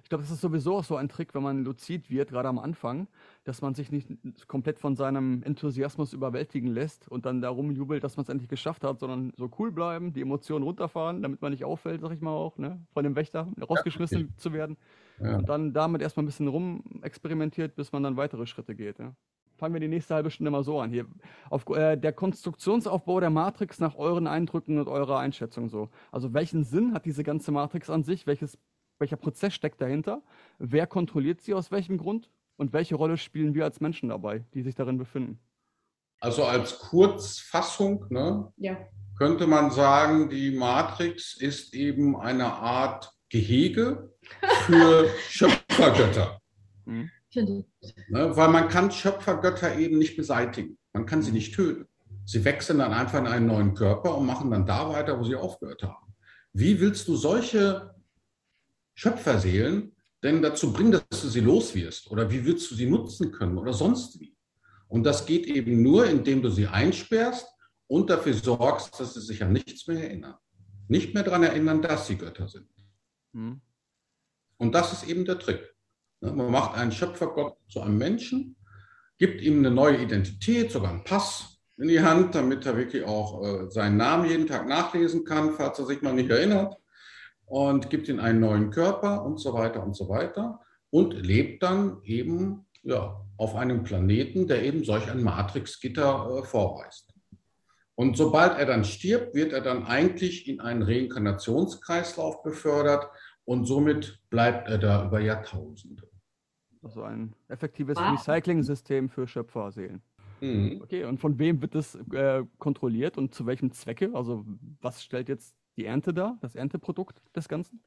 Ich glaube, das ist sowieso auch so ein Trick, wenn man luzid wird, gerade am Anfang, dass man sich nicht komplett von seinem Enthusiasmus überwältigen lässt und dann darum jubelt, dass man es endlich geschafft hat, sondern so cool bleiben, die Emotionen runterfahren, damit man nicht auffällt, sag ich mal auch, ne? Von dem Wächter rausgeschmissen Ja. zu werden. Ja. Und dann damit erstmal ein bisschen rumexperimentiert, bis man dann weitere Schritte geht. Ja? Fangen wir die nächste halbe Stunde mal so an. Hier. Auf, äh, der Konstruktionsaufbau der Matrix nach euren Eindrücken und eurer Einschätzung so. Also welchen Sinn hat diese ganze Matrix an sich? Welches, welcher Prozess steckt dahinter? Wer kontrolliert sie aus welchem Grund? Und welche Rolle spielen wir als Menschen dabei, die sich darin befinden? Also als Kurzfassung, ne, Ja. könnte man sagen, die Matrix ist eben eine Art Gehege für Schöpfergötter. Mhm. Ne, weil man kann Schöpfergötter eben nicht beseitigen. Man kann sie nicht töten. Sie wechseln dann einfach in einen neuen Körper und machen dann da weiter, wo sie aufgehört haben. Wie willst du solche Schöpferseelen denn dazu bringen, dass du sie los wirst? Oder wie willst du sie nutzen können oder sonst wie? Und das geht eben nur, indem du sie einsperrst und dafür sorgst, dass sie sich an nichts mehr erinnern. Nicht mehr daran erinnern, dass sie Götter sind. Mhm. Und das ist eben der Trick. Man macht einen Schöpfergott zu einem Menschen, gibt ihm eine neue Identität, sogar einen Pass in die Hand, damit er wirklich auch äh, seinen Namen jeden Tag nachlesen kann, falls er sich mal nicht erinnert, und gibt ihm einen neuen Körper und so weiter und so weiter und lebt dann eben ja, auf einem Planeten, der eben solch ein Matrixgitter äh, vorweist. Und sobald er dann stirbt, wird er dann eigentlich in einen Reinkarnationskreislauf befördert und somit bleibt er da über Jahrtausende. Also ein effektives Wow. Recycling-System für Schöpferseelen. Mhm. Okay, und von wem wird das äh, kontrolliert und zu welchem Zwecke? Also was stellt jetzt die Ernte dar, das Ernteprodukt des Ganzen?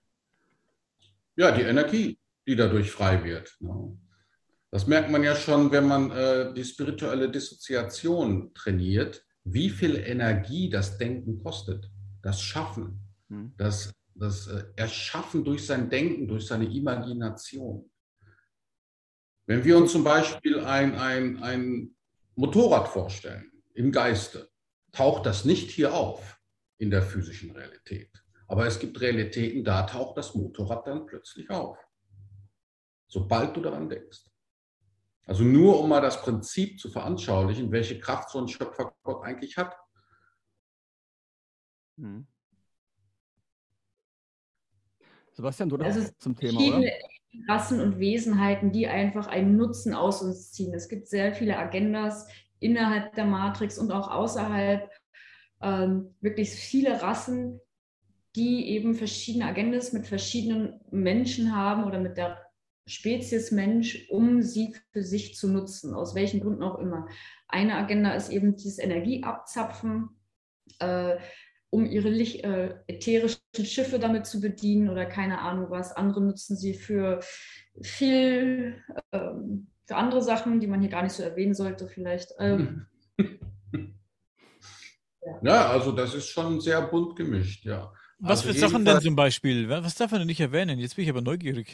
Ja, die Energie, die dadurch frei wird. Ne? Das merkt man ja schon, wenn man äh, die spirituelle Dissoziation trainiert, wie viel Energie das Denken kostet, das Schaffen, Hm. das, das äh, Erschaffen durch sein Denken, durch seine Imagination. Wenn wir uns zum Beispiel ein, ein, ein Motorrad vorstellen, im Geiste, taucht das nicht hier auf in der physischen Realität. Aber es gibt Realitäten, da taucht das Motorrad dann plötzlich auf, sobald du daran denkst. Also nur um mal das Prinzip zu veranschaulichen, welche Kraft so ein Schöpfergott eigentlich hat. Hm. Sebastian, du das Also zum Thema, oder? verschiedene Rassen und Wesenheiten, die einfach einen Nutzen aus uns ziehen. Es gibt sehr viele Agendas innerhalb der Matrix und auch außerhalb. Ähm, wirklich viele Rassen, die eben verschiedene Agendas mit verschiedenen Menschen haben oder mit der Spezies Mensch, um sie für sich zu nutzen, aus welchen Gründen auch immer. Eine Agenda ist eben dieses Energieabzapfen, äh, um ihre Licht, äh, ätherischen Schiffe damit zu bedienen oder keine Ahnung was. Andere nutzen sie für viel, ähm, für andere Sachen, die man hier gar nicht so erwähnen sollte vielleicht. Ähm, Ja, also das ist schon sehr bunt gemischt, ja. Was Also für Sachen denn jedenfalls- zum Beispiel? Was darf man denn nicht erwähnen? Jetzt bin ich aber neugierig.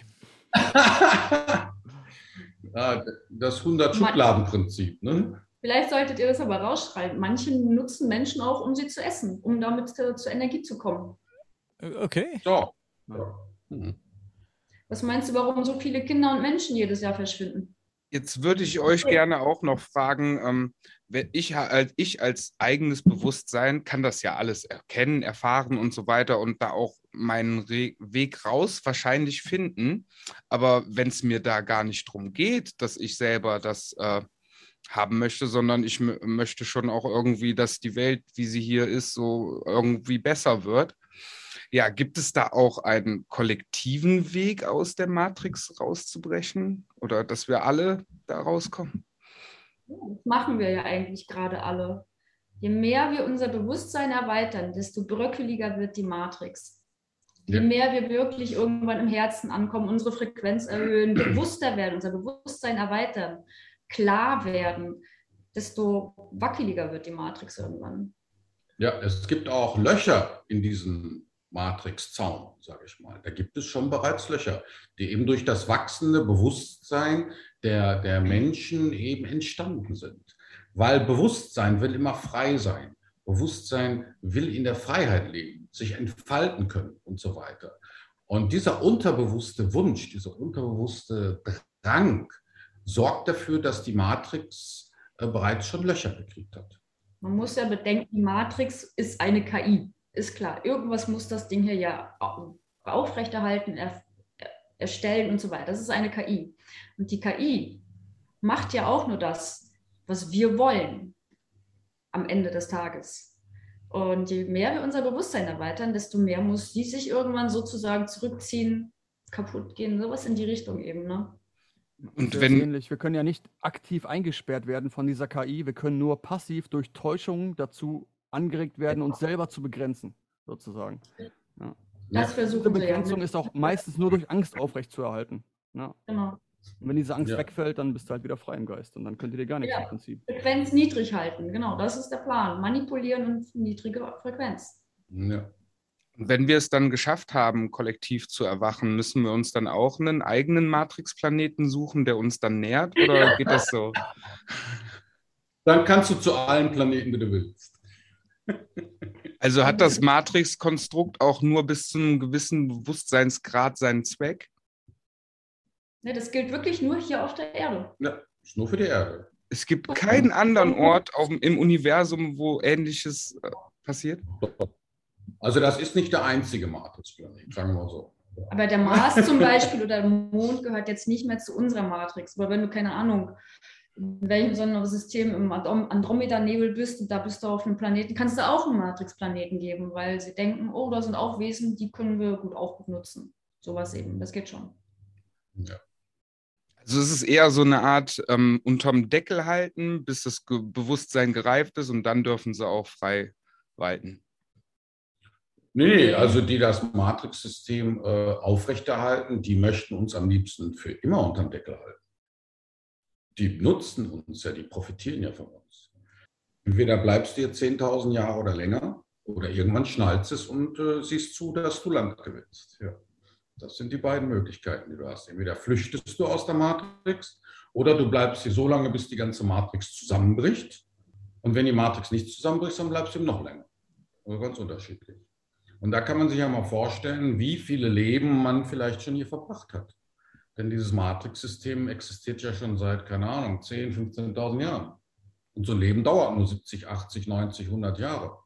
Ja, das hundert-Schubladen-Prinzip, ne? Vielleicht solltet ihr das aber rausschreiben. Manche nutzen Menschen auch, um sie zu essen, um damit äh, zur Energie zu kommen. Äh, Okay. So. Ja. Hm. Was meinst du, warum so viele Kinder und Menschen jedes Jahr verschwinden? Jetzt würde ich euch gerne auch noch fragen, ähm, wenn ich, als ich als eigenes Bewusstsein kann das ja alles erkennen, erfahren und so weiter und da auch meinen Re Weg raus wahrscheinlich finden. Aber wenn es mir da gar nicht drum geht, dass ich selber das äh, haben möchte, sondern ich möchte schon auch irgendwie, dass die Welt, wie sie hier ist, so irgendwie besser wird. Ja, gibt es da auch einen kollektiven Weg aus der Matrix rauszubrechen oder dass wir alle da rauskommen? Das machen wir ja eigentlich gerade alle. Je mehr wir unser Bewusstsein erweitern, desto bröckeliger wird die Matrix. Je Ja. mehr wir wirklich irgendwann im Herzen ankommen, unsere Frequenz erhöhen, bewusster werden, unser Bewusstsein erweitern, klar werden, desto wackeliger wird die Matrix irgendwann. Ja, es gibt auch Löcher in diesem Matrix-Zaun, sage ich mal. Da gibt es schon bereits Löcher, die eben durch das wachsende Bewusstsein der, der Menschen eben entstanden sind. Weil Bewusstsein will immer frei sein. Bewusstsein will in der Freiheit leben, sich entfalten können und so weiter. Und dieser unterbewusste Wunsch, dieser unterbewusste Drang sorgt dafür, dass die Matrix äh, bereits schon Löcher gekriegt hat. Man muss ja bedenken, die Matrix ist eine K I. Ist klar, irgendwas muss das Ding hier ja aufrechterhalten, er, erstellen und so weiter. Das ist eine K I. Und die K I macht ja auch nur das, was wir wollen am Ende des Tages. Und je mehr wir unser Bewusstsein erweitern, desto mehr muss sie sich irgendwann sozusagen zurückziehen, kaputt gehen, sowas in die Richtung eben. Ne? Und wenn ähnlich. Wir können ja nicht aktiv eingesperrt werden von dieser K I, wir können nur passiv durch Täuschung dazu angeregt werden, uns selber zu begrenzen, sozusagen. Ja. Das versuchen Diese wir Begrenzung ja. ist auch meistens nur durch Angst aufrechtzuerhalten. Ja. Genau. Und wenn diese Angst Ja. wegfällt, dann bist du halt wieder frei im Geist und dann könnt ihr dir gar nichts Ja. im Prinzip. Frequenz niedrig halten, genau, das ist der Plan. Manipulieren und niedrige Frequenz. Ja. Wenn wir es dann geschafft haben, kollektiv zu erwachen, müssen wir uns dann auch einen eigenen Matrix-Planeten suchen, der uns dann nährt? Oder geht das so? Dann kannst du zu allen Planeten, die du willst. Also hat das Matrix-Konstrukt auch nur bis zu einem gewissen Bewusstseinsgrad seinen Zweck? Ne, das gilt wirklich nur hier auf der Erde. Ja, ist nur für die Erde. Es gibt keinen anderen Ort auf, im Universum, wo Ähnliches äh, passiert? Also das ist nicht der einzige Matrix-Planet, sagen wir mal so. Aber der Mars zum Beispiel oder der Mond gehört jetzt nicht mehr zu unserer Matrix. Aber wenn du, keine Ahnung, in welchem Sonnensystem im Androm- Andromeda-Nebel bist und da bist du auf einem Planeten, kannst du auch einen Matrix-Planeten geben, weil sie denken, oh, da sind auch Wesen, die können wir gut auch gut nutzen. Sowas eben, das geht schon. Ja. Also es ist eher so eine Art ähm, unterm Deckel halten, bis das Ge- Bewusstsein gereift ist und dann dürfen sie auch frei walten. Nee, also die das Matrix-System äh, aufrechterhalten, die möchten uns am liebsten für immer unterm Deckel halten. Die nutzen uns ja, die profitieren ja von uns. Entweder bleibst du hier zehntausend Jahre oder länger oder irgendwann schnallst es und äh, siehst zu, dass du Land gewinnst. Ja. Das sind die beiden Möglichkeiten, die du hast. Entweder flüchtest du aus der Matrix oder du bleibst hier so lange, bis die ganze Matrix zusammenbricht. Und wenn die Matrix nicht zusammenbricht, dann bleibst du eben noch länger. Also ganz unterschiedlich. Und da kann man sich ja mal vorstellen, wie viele Leben man vielleicht schon hier verbracht hat. Denn dieses Matrix-System existiert ja schon seit, keine Ahnung, zehntausend, fünfzehntausend Jahren. Und so ein Leben dauert nur siebzig, achtzig, neunzig, hundert Jahre.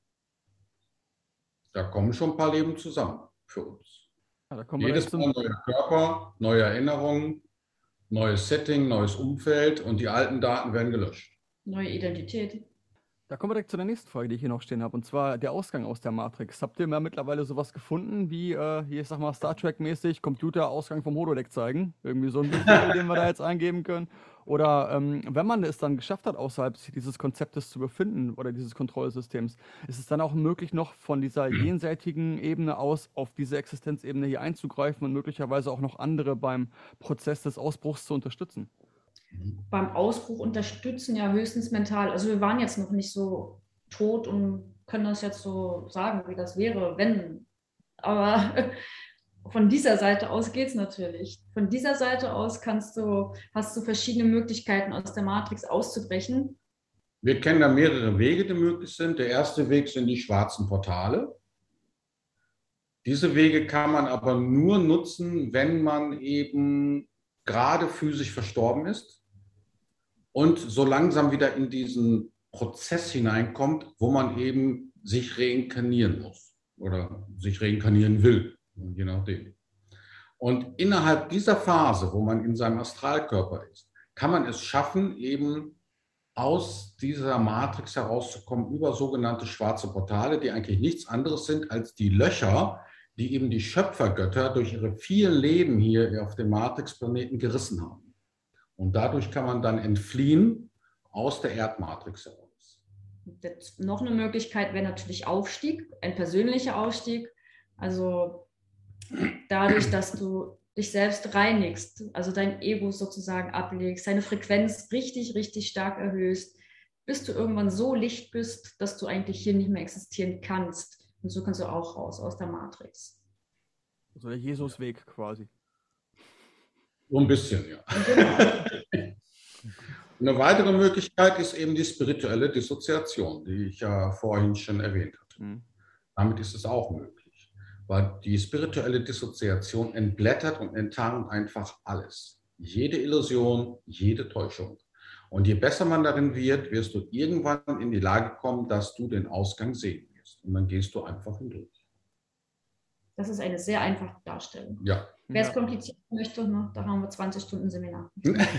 Da kommen schon ein paar Leben zusammen für uns. Ja, da kommen wir Jedes jetzt zum, Mal neuer Körper, neue Erinnerungen, neues Setting, neues Umfeld und die alten Daten werden gelöscht. Neue Identität. da kommen wir direkt zu der nächsten Frage, die ich hier noch stehen habe, und zwar der Ausgang aus der Matrix. Habt ihr mal mittlerweile sowas gefunden, wie, äh, hier, ich sag mal, Star Trek-mäßig Computerausgang vom Holodeck zeigen? Irgendwie so ein Befehl, den wir da jetzt eingeben können? Oder ähm, wenn man es dann geschafft hat, außerhalb dieses Konzeptes zu befinden oder dieses Kontrollsystems, ist es dann auch möglich, noch von dieser jenseitigen Ebene aus auf diese Existenzebene hier einzugreifen und möglicherweise auch noch andere beim Prozess des Ausbruchs zu unterstützen? Beim Ausbruch unterstützen ja höchstens mental. Also wir waren jetzt noch nicht so tot und können das jetzt so sagen, wie das wäre, wenn. Aber von dieser Seite aus geht es natürlich. Von dieser Seite aus kannst du, hast du verschiedene Möglichkeiten, aus der Matrix auszubrechen. Wir kennen da mehrere Wege, die möglich sind. Der erste Weg sind die schwarzen Portale. Diese Wege kann man aber nur nutzen, wenn man eben gerade physisch verstorben ist und so langsam wieder in diesen Prozess hineinkommt, wo man eben sich reinkarnieren muss oder sich reinkarnieren will, je nachdem. Und innerhalb dieser Phase, wo man in seinem Astralkörper ist, kann man es schaffen, eben aus dieser Matrix herauszukommen über sogenannte schwarze Portale, die eigentlich nichts anderes sind als die Löcher, die eben die Schöpfergötter durch ihre vielen Leben hier auf dem Matrix-Planeten gerissen haben. Und dadurch kann man dann entfliehen aus der Erdmatrix heraus. Jetzt noch eine Möglichkeit wäre natürlich Aufstieg, ein persönlicher Aufstieg. Also dadurch, dass du dich selbst reinigst, also dein Ego sozusagen ablegst, deine Frequenz richtig, richtig stark erhöhst, bis du irgendwann so licht bist, dass du eigentlich hier nicht mehr existieren kannst. Und so kannst du auch raus aus der Matrix. Also der Jesusweg quasi. So ein bisschen, ja. Eine weitere Möglichkeit ist eben die spirituelle Dissoziation, die ich ja vorhin schon erwähnt hatte. Mhm. Damit ist es auch möglich. Weil die spirituelle Dissoziation entblättert und enttarnt einfach alles. Jede Illusion, jede Täuschung. Und je besser man darin wird, wirst du irgendwann in die Lage kommen, dass du den Ausgang sehen wirst. Und dann gehst du einfach hindurch. Das ist eine sehr einfache Darstellung. Ja. Wer es Ja. kompliziert möchte, ne, da haben wir zwanzig Stunden Seminar.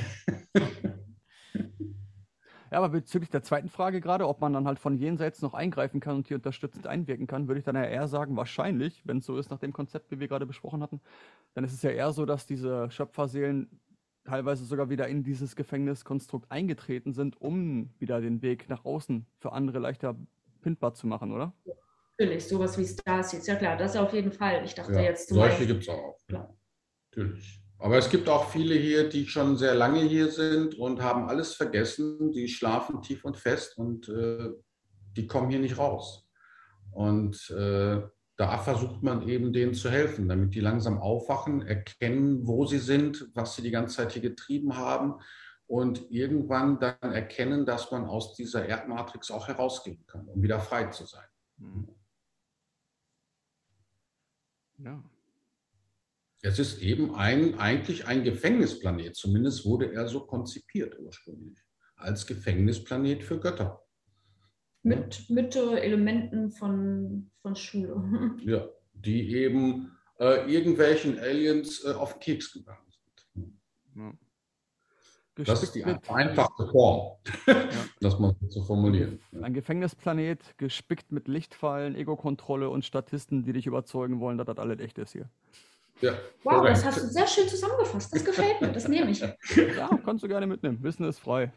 Ja, aber bezüglich der zweiten Frage gerade, ob man dann halt von jenseits noch eingreifen kann und hier unterstützend einwirken kann, würde ich dann ja eher sagen, wahrscheinlich, wenn es so ist nach dem Konzept, wie wir gerade besprochen hatten, dann ist es ja eher so, dass diese Schöpferseelen teilweise sogar wieder in dieses Gefängniskonstrukt eingetreten sind, um wieder den Weg nach außen für andere leichter findbar zu machen, oder? Natürlich, sowas wie Starseeds, ja klar, das auf jeden Fall. Ich dachte Ja, jetzt zum solche Beispiel, gibt es auch. Klar. Natürlich. Aber es gibt auch viele hier, die schon sehr lange hier sind und haben alles vergessen. Die schlafen tief und fest und äh, die kommen hier nicht raus. Und äh, da versucht man eben denen zu helfen, damit die langsam aufwachen, erkennen, wo sie sind, was sie die ganze Zeit hier getrieben haben und irgendwann dann erkennen, dass man aus dieser Erdmatrix auch herausgehen kann, um wieder frei zu sein. Mhm. Ja. Es ist eben ein, eigentlich ein Gefängnisplanet, zumindest wurde er so konzipiert ursprünglich, als Gefängnisplanet für Götter. mit, mit äh, Elementen von, von Schule. Ja, die eben äh, irgendwelchen Aliens äh, auf den Keks gegangen sind. Ja. Das ist die Gespickt mit, einfachste Form, das mal so zu formulieren. ein Gefängnisplanet, gespickt mit Lichtfallen, Ego-Kontrolle und Statisten, die dich überzeugen wollen, dass das alles echt ist hier. Ja, Wow, korrekt. das hast du sehr schön zusammengefasst. Das gefällt mir, das nehme ich. Ja, kannst du gerne mitnehmen. Wissen ist frei.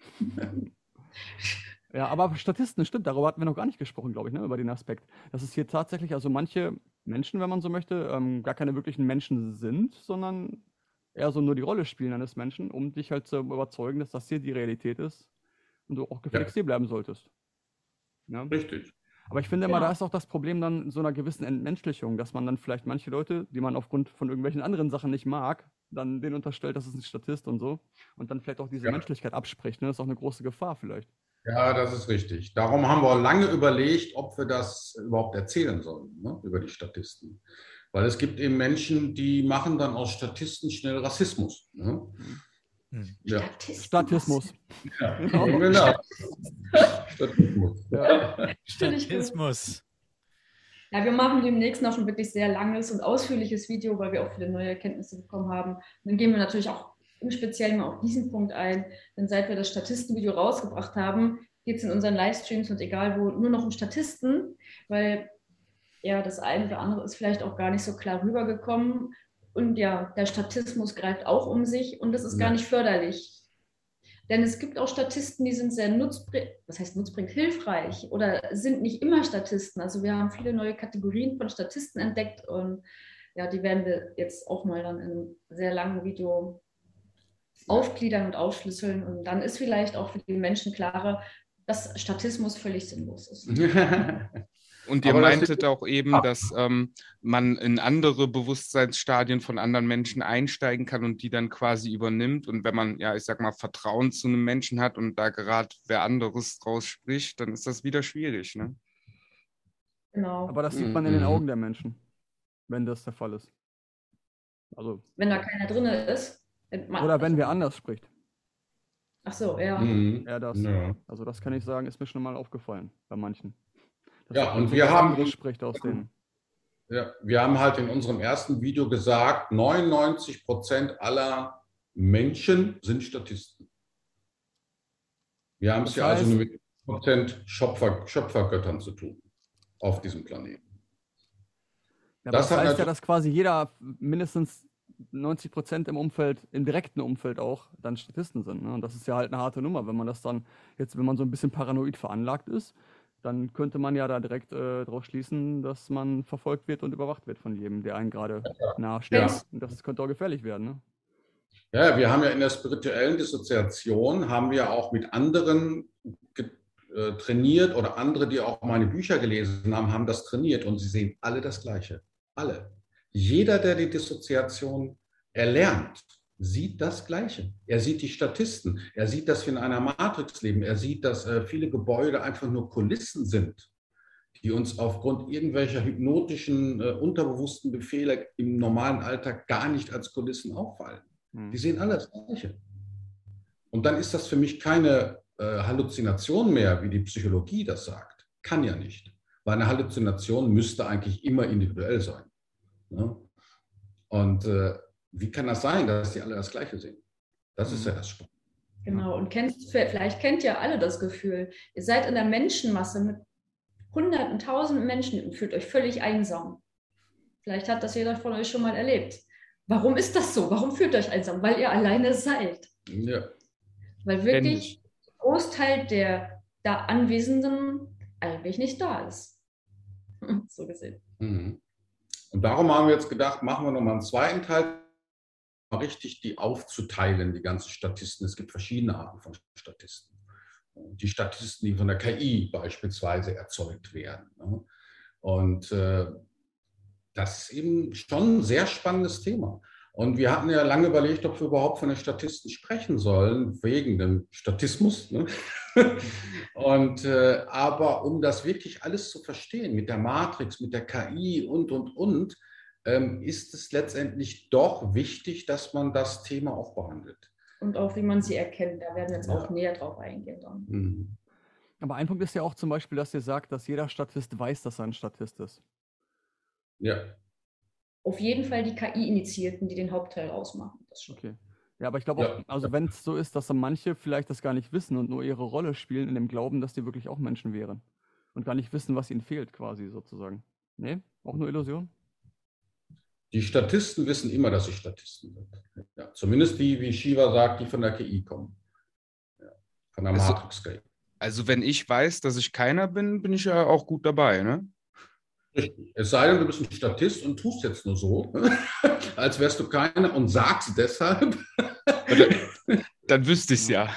Ja, aber Statisten, stimmt, darüber hatten wir noch gar nicht gesprochen, glaube ich, ne, über den Aspekt. Dass es hier tatsächlich, also manche Menschen, wenn man so möchte, ähm, gar keine wirklichen Menschen sind, sondern eher so nur die Rolle spielen eines Menschen, um dich halt zu überzeugen, dass das hier die Realität ist und du auch gefälligst hier bleiben solltest. Ja? Richtig. Aber ich finde immer, Genau. da ist auch das Problem dann in so einer gewissen Entmenschlichung, dass man dann vielleicht manche Leute, die man aufgrund von irgendwelchen anderen Sachen nicht mag, dann denen unterstellt, das ist ein Statist und so und dann vielleicht auch diese Ja. Menschlichkeit abspricht. Ne? Das ist auch eine große Gefahr vielleicht. Ja, das ist richtig. Darum haben wir lange überlegt, ob wir das überhaupt erzählen sollen, ne, über die Statisten. Weil es gibt eben Menschen, die machen dann aus Statisten schnell Rassismus. Ne? Hm. Ja. Statismus. Ja. Genau. Genau. Statismus. Ja. Finde ich gut. Statismus. Ja, wir machen demnächst noch ein wirklich sehr langes und ausführliches Video, weil wir auch viele neue Erkenntnisse bekommen haben. Und dann gehen wir natürlich auch im Speziellen mal auf diesen Punkt ein, denn seit wir das Statistenvideo rausgebracht haben, geht es in unseren Livestreams und egal wo, nur noch um Statisten, weil ja, das eine oder andere ist vielleicht auch gar nicht so klar rübergekommen. Und ja, der Statismus greift auch um sich und das ist Ja. gar nicht förderlich. Denn es gibt auch Statisten, die sind sehr nutzbringend, was heißt nutzbringend, hilfreich oder sind nicht immer Statisten. Also wir haben viele neue Kategorien von Statisten entdeckt und ja, die werden wir jetzt auch mal dann in einem sehr langen Video aufgliedern und aufschlüsseln. Und dann ist vielleicht auch für die Menschen klarer, dass Statismus völlig sinnlos ist. Und ihr Aber das meintet auch eben, dass ähm, man in andere Bewusstseinsstadien von anderen Menschen einsteigen kann und die dann quasi übernimmt. Und wenn man, ja, ich sag mal, Vertrauen zu einem Menschen hat und da gerade wer anderes draus spricht, dann ist das wieder schwierig, ne? Genau. Aber das sieht man in den Mhm. Augen der Menschen, wenn das der Fall ist. Also, Wenn da keiner drin ist. Wenn man, oder wenn wer anders spricht. Ach so, ja. Mhm. Eher das. Ja. Also das kann ich sagen, ist mir schon mal aufgefallen bei manchen. Dass Ja, da und so wir was haben- anderes spricht aus denen. Ja, wir haben halt in unserem ersten Video gesagt, neunundneunzig Prozent aller Menschen sind Statisten. Wir haben es Das ja also heißt- nur mit Prozent Schöpfer, Schöpfergöttern zu tun auf diesem Planeten. Ja, aber Das das, hat heißt ja, natür- dass quasi jeder mindestens neunzig Prozent im Umfeld, im direkten Umfeld auch dann Statisten sind. Ne? Und das ist ja halt eine harte Nummer, wenn man das dann, jetzt wenn man so ein bisschen paranoid veranlagt ist, dann könnte man ja da direkt äh, drauf schließen, dass man verfolgt wird und überwacht wird von jedem, der einen gerade nahesteht. Ja. Und das könnte auch gefährlich werden. Ne? Ja, wir haben ja in der spirituellen Dissoziation, haben wir auch mit anderen ge- äh, trainiert oder andere, die auch meine Bücher gelesen haben, haben das trainiert und sie sehen alle das Gleiche. Alle. Jeder, der die Dissoziation erlernt, sieht das Gleiche. Er sieht die Statisten, er sieht, dass wir in einer Matrix leben, er sieht, dass äh, viele Gebäude einfach nur Kulissen sind, die uns aufgrund irgendwelcher hypnotischen, äh, unterbewussten Befehle im normalen Alltag gar nicht als Kulissen auffallen. Hm. Die sehen alle das Gleiche. Und dann ist das für mich keine äh, Halluzination mehr, wie die Psychologie das sagt. Kann ja nicht. Weil eine Halluzination müsste eigentlich immer individuell sein. Ne? Und äh, wie kann das sein, dass die alle das Gleiche sehen? Das ist ja das Spannende. Genau, und kennst, vielleicht kennt ihr alle das Gefühl, ihr seid in der Menschenmasse mit hunderten, tausenden Menschen und fühlt euch völlig einsam. Vielleicht hat das jeder von euch schon mal erlebt. Warum ist das so? Warum fühlt ihr euch einsam? Weil ihr alleine seid. Ja. Weil wirklich der Großteil der da Anwesenden eigentlich nicht da ist. So gesehen. Mhm. Und darum haben wir jetzt gedacht, machen wir nochmal einen zweiten Teil, richtig die aufzuteilen, die ganzen Statisten. Es gibt verschiedene Arten von Statisten. Die Statisten, die von der K I beispielsweise erzeugt werden. Und äh, das ist eben schon ein sehr spannendes Thema. Und wir hatten ja lange überlegt, ob wir überhaupt von den Statisten sprechen sollen, wegen dem Statismus. Ne? Und, äh, aber um das wirklich alles zu verstehen, mit der Matrix, mit der K I und, und, und, ähm, ist es letztendlich doch wichtig, dass man das Thema auch behandelt. Und auch, wie man sie erkennt. Da werden wir jetzt Ja. auch näher drauf eingehen dann. Mhm. Aber ein Punkt ist ja auch zum Beispiel, dass ihr sagt, dass jeder Statist weiß, dass er ein Statist ist. Ja. Auf jeden Fall die K I-Initiierten, die den Hauptteil ausmachen. Das schon. Okay. Ja, aber ich glaube Ja. auch, also wenn es so ist, dass dann manche vielleicht das gar nicht wissen und nur ihre Rolle spielen in dem Glauben, dass die wirklich auch Menschen wären. Und gar nicht wissen, was ihnen fehlt quasi sozusagen. Nee? Auch nur Illusion? Die Statisten wissen immer, dass sie Statisten sind. Ja, zumindest die, wie Shiva sagt, die von der K I kommen. Ja, von der Also- Matrix-K I. Also wenn ich weiß, dass ich keiner bin, bin ich ja auch gut dabei, ne? Richtig. Es sei denn, du bist ein Statist und tust jetzt nur so, als wärst du keiner und sagst deshalb. Dann, dann wüsste ich es ja.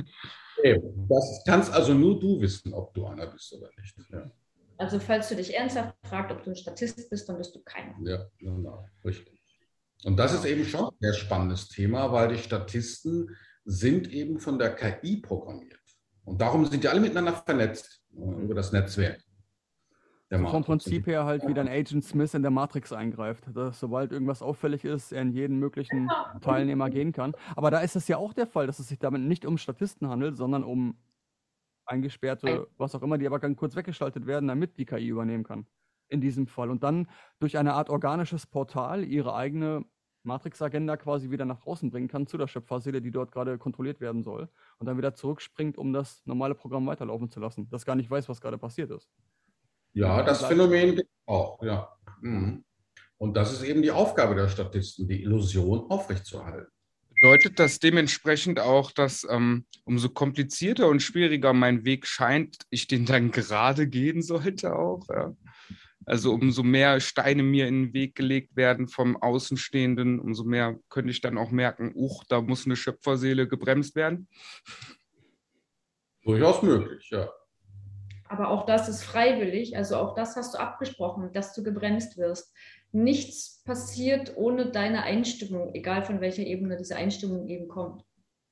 Eben. Das kannst also nur du wissen, ob du einer bist oder nicht. Ja, Also falls du dich ernsthaft fragst, ob du ein Statist bist, dann bist du keiner. ja, genau. Richtig. Und das ist eben schon ein sehr spannendes Thema, weil die Statisten sind eben von der K I programmiert. Und darum sind die alle miteinander vernetzt äh, über das Netzwerk. der So vom Matrix. Prinzip her halt wie dann Agent Smith in der Matrix eingreift, dass sobald irgendwas auffällig ist, er in jeden möglichen Teilnehmer gehen kann. Aber da ist es ja auch der Fall, dass es sich damit nicht um Statisten handelt, sondern um eingesperrte, was auch immer, die aber dann kurz weggeschaltet werden, damit die K I übernehmen kann. In diesem Fall. Und dann durch eine Art organisches Portal ihre eigene Matrix-Agenda quasi wieder nach draußen bringen kann zu der Schöpferseele, die dort gerade kontrolliert werden soll. Und dann wieder zurückspringt, um das normale Programm weiterlaufen zu lassen, das gar nicht weiß, was gerade passiert ist. Ja, das Phänomen gibt es auch, ja. Mhm. Und das ist eben die Aufgabe der Statisten, die Illusion aufrechtzuerhalten. Bedeutet das dementsprechend auch, dass ähm, umso komplizierter und schwieriger mein Weg scheint, ich den dann gerade gehen sollte auch? Ja? Also umso mehr Steine mir in den Weg gelegt werden vom Außenstehenden, umso mehr könnte ich dann auch merken, uch, da muss eine Schöpferseele gebremst werden? Durchaus möglich, ja. Aber auch das ist freiwillig, also auch das hast du abgesprochen, dass du gebremst wirst. Nichts passiert ohne deine Einstimmung, egal von welcher Ebene diese Einstimmung eben kommt.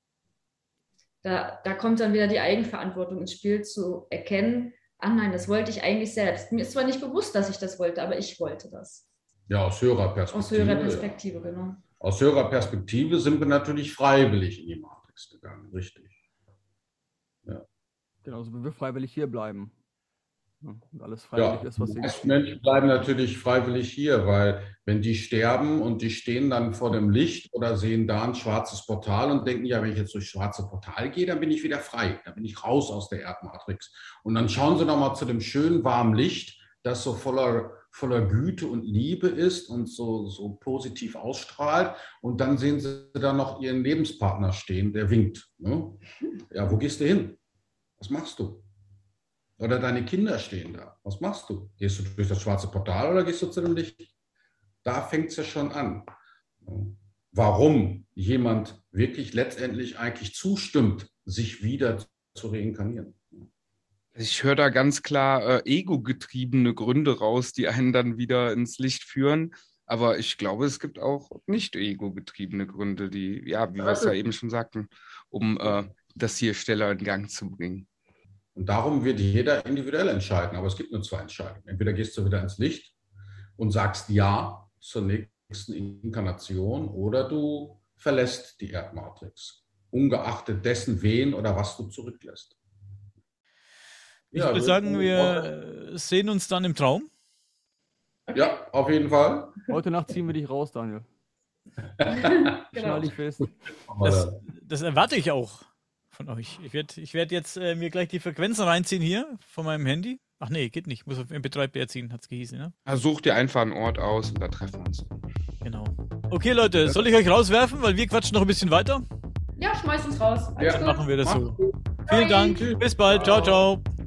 Da, da kommt dann wieder die Eigenverantwortung ins Spiel, zu erkennen, ah nein, das wollte ich eigentlich selbst. Mir ist zwar nicht bewusst, dass ich das wollte, aber ich wollte das. Ja, aus höherer Perspektive. Aus höherer Perspektive, ja. Genau. Aus höherer Perspektive sind wir natürlich freiwillig in die Matrix gegangen, richtig. Ja. Genau, so wie wir freiwillig hier bleiben. Ja, und alles freiwillig Ja, ist, was die hier meisten geschieht. Menschen bleiben natürlich freiwillig hier, weil wenn die sterben und die stehen dann vor dem Licht oder sehen da ein schwarzes Portal und denken, ja, wenn ich jetzt durchs schwarze Portal gehe, dann bin ich wieder frei, dann bin ich raus aus der Erdmatrix. Und dann schauen sie nochmal zu dem schönen warmen Licht, das so voller, voller Güte und Liebe ist und so, so positiv ausstrahlt. Und dann sehen sie da noch ihren Lebenspartner stehen, der winkt. Ne? Ja, wo gehst du hin? Was machst du? Oder deine Kinder stehen da. Was machst du? Gehst du durch das schwarze Portal oder gehst du zu dem Licht? Da fängt es ja schon an. Warum jemand wirklich letztendlich eigentlich zustimmt, sich wieder zu reinkarnieren. Ich höre da ganz klar äh, ego-getriebene Gründe raus, die einen dann wieder ins Licht führen. Aber ich glaube, es gibt auch nicht ego-getriebene Gründe, die, ja, wie wir es ja eben schon sagten, um äh, das hier schneller in Gang zu bringen. Und darum wird jeder individuell entscheiden. Aber es gibt nur zwei Entscheidungen. Entweder gehst du wieder ins Licht und sagst Ja zur nächsten Inkarnation oder du verlässt die Erdmatrix, ungeachtet dessen, wen oder was du zurücklässt. Ich Ja, würde sagen, wir sehen uns dann im Traum. Ja, auf jeden Fall. Heute Nacht ziehen wir dich raus, Daniel. Genau. Schnall dich fest. Das, das erwarte ich auch von euch. Ich werde ich werd jetzt äh, mir gleich die Frequenzen reinziehen hier von meinem Handy. Ach nee, geht nicht. Muss auf M P drei Player ziehen, hat es gehießen, ne? Ja, such dir einfach einen Ort aus und da treffen wir uns. Genau. Okay, Leute, soll ich euch rauswerfen, weil wir quatschen noch ein bisschen weiter? Ja, schmeiß uns raus. Alles Ja. gut. Machen wir das Mach's so. gut. Vielen Bye. Dank. Bis bald. Ciao, ciao.